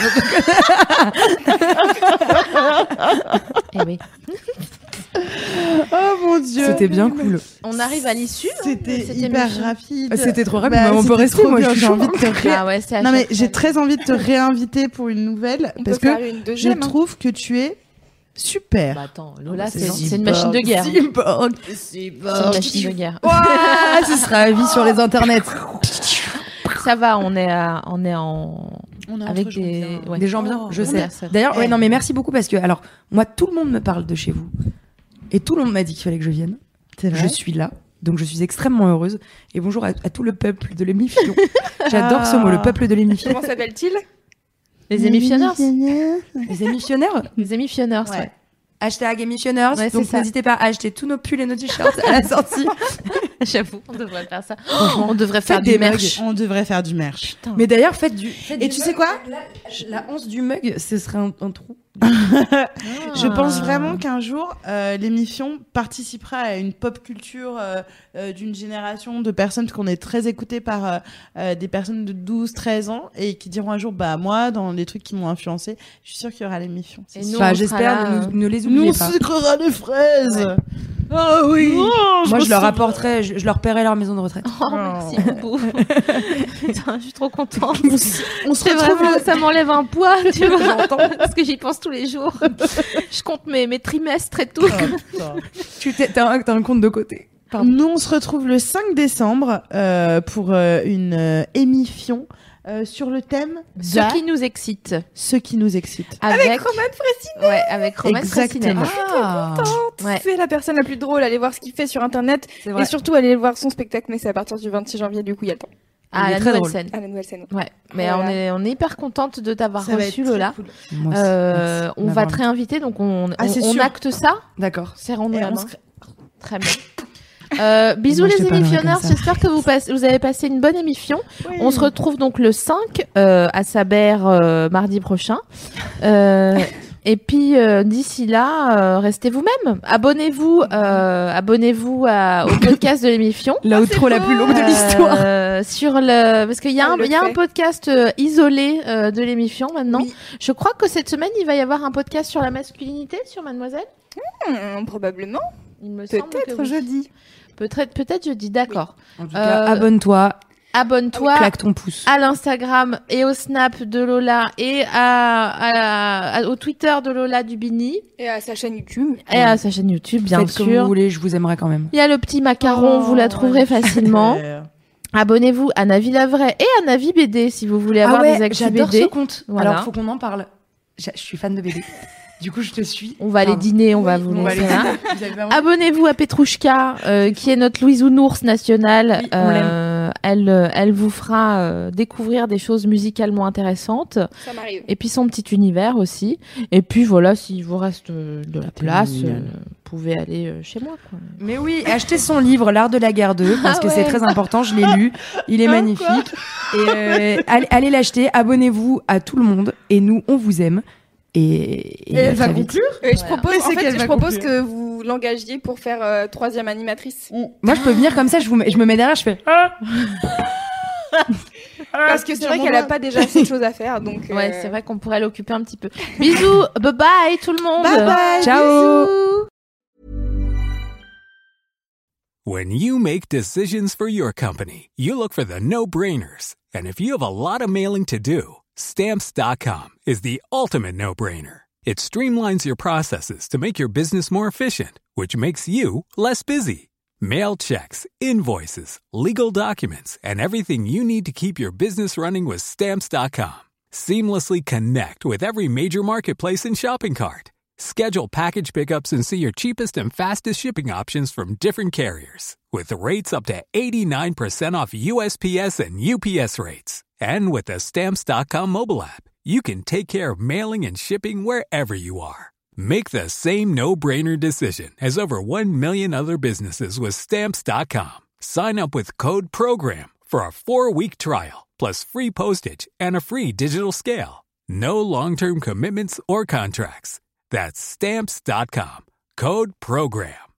Eh oui. Oh mon dieu. C'était bien cool. On arrive à l'issue. hein, C'était de cette hyper émission. rapide. C'était trop rapide, Bah, mais on peut c'était rester. trop Moi, bien, je suis j'ai chaud. envie de te Ah ouais, c'est à Non mais chaque j'ai fois. très envie de te réinviter pour une nouvelle On parce peut faire que une je deuxième. trouve que tu es super. Bah attends, Lola, c'est c'est une machine de guerre. Cyborg. C'est une machine de guerre. Ouah, ce sera à vie sur les internets. ça va, on est avec des gens bien, je sais. D'ailleurs, non, mais merci beaucoup parce que, alors, moi, tout le monde me parle de chez vous. Et tout le monde m'a dit qu'il fallait que je vienne. Je suis là. Donc, je suis extrêmement heureuse. Et bonjour à tout le peuple de l'émission. J'adore ce mot, le peuple de l'émission. Comment s'appelle-t-il ? Les émissionneurs. Les émissionnaires. Les émissionneurs, ouais. Hashtag émissionneurs. Ouais, donc, n'hésitez pas à acheter tous nos pulls et nos t-shirts à la sortie. J'avoue, on devrait faire ça. On devrait faire du merch. On devrait faire du merch. Putain. Mais d'ailleurs, faites du. Et tu sais quoi ? La once du mug, ce serait un trou. Je pense vraiment qu'un jour, l'émission participera à une pop culture d'une génération de personnes, parce qu'on est très écouté par des personnes de 12-13 ans et qui diront un jour, bah moi, dans les trucs qui m'ont influencé, je suis sûre qu'il y aura l'émission. Et nous, j'espère, ne les oubliez pas. Nous, on sucrera les fraises. Ouais. Ah oui. Moi, je leur apporterai, je leur paierai leur maison de retraite. Oh, merci beaucoup. Putain, je suis trop contente. On se retrouve. Ça m'enlève un poids, tu vois, parce que j'y pense tous les jours. Je compte mes trimestres et tout. T'as un compte de côté. Pardon. Nous, on se retrouve le 5 décembre pour une émission sur le thème Ce qui nous excite. Ce qui nous excite. Avec Roman Fressinet. Ouais, avec Roman Fressinet. Je suis très contente. Ouais. C'est la personne la plus drôle. Allez voir ce qu'il fait sur Internet. Et surtout, allez voir son spectacle. Mais c'est à partir du 26 janvier, du coup, il y a le temps. À la nouvelle scène. À la nouvelle scène. Ouais. Mais voilà. on est hyper contente de t'avoir reçu, Lola. Cool. On va te réinviter, donc on acte ça. D'accord. Serrons-nous la main. Très bien. Bisous les émissionneurs, j'espère que vous avez passé une bonne émission. Oui. On se retrouve donc le 5 à Sabert mardi prochain. Et puis d'ici là, restez vous-même. Abonnez-vous au podcast de l'émission. L'outro la plus longue de l'histoire. Parce qu'il y a un podcast isolé de l'émission maintenant. Oui. Je crois que cette semaine il va y avoir un podcast sur la masculinité sur Mademoiselle. Probablement. Il me semble peut-être jeudi. Peut-être jeudi, d'accord. Oui. En tout cas, abonne-toi. Claque ton pouce. À l'Instagram et au Snap de Lola et au Twitter de Lola Dubini. Et à sa chaîne YouTube. Et à sa chaîne YouTube, bien Faites sûr. Comme vous voulez, je vous aimerai quand même. Il y a le petit macaron, vous la trouverez facilement. Abonnez-vous à Navi la Vraie et à Navi BD si vous voulez avoir des actus BD. J'adore ce compte. Voilà. Alors, faut qu'on en parle. Je suis fan de BD. Du coup, je te suis. On va aller dîner, on va vous laisser là. Abonnez-vous à Petrouchka, qui est notre Louise-Ounours nationale. Oui, on l'aime. Elle vous fera découvrir des choses musicalement intéressantes. Ça m'arrive. Et puis son petit univers aussi. Et puis voilà, s'il vous reste de la place, vous pouvez aller chez moi, quoi. Mais oui, achetez son livre, L'Art de la guerre 2, parce que c'est très important. Je l'ai lu. Il est magnifique. Et allez l'acheter. Abonnez-vous à tout le monde. Et nous, on vous aime. Et elle va conclure. Je propose que vous l'engagiez pour faire troisième animatrice. Moi, je peux venir comme ça, je me mets derrière, je fais. Parce que c'est vrai qu'elle a pas déjà assez de choses à faire, donc. Ouais, c'est vrai qu'on pourrait l'occuper un petit peu. Bisous, bye bye tout le monde. Bye bye, ciao. Bisous. When you make decisions for your company, you look for the no-brainers. And if you have a lot of mailing to do, Stamps.com is the ultimate no-brainer. It streamlines your processes to make your business more efficient, which makes you less busy. Mail checks, invoices, legal documents, and everything you need to keep your business running with Stamps.com. Seamlessly connect with every major marketplace and shopping cart. Schedule package pickups and see your cheapest and fastest shipping options from different carriers, with rates up to 89% off USPS and UPS rates. And with the Stamps.com mobile app, you can take care of mailing and shipping wherever you are. Make the same no-brainer decision as over 1 million other businesses with Stamps.com. Sign up with code PROGRAM for a 4-week trial, plus free postage and a free digital scale. No long-term commitments or contracts. That's Stamps.com. Code PROGRAM.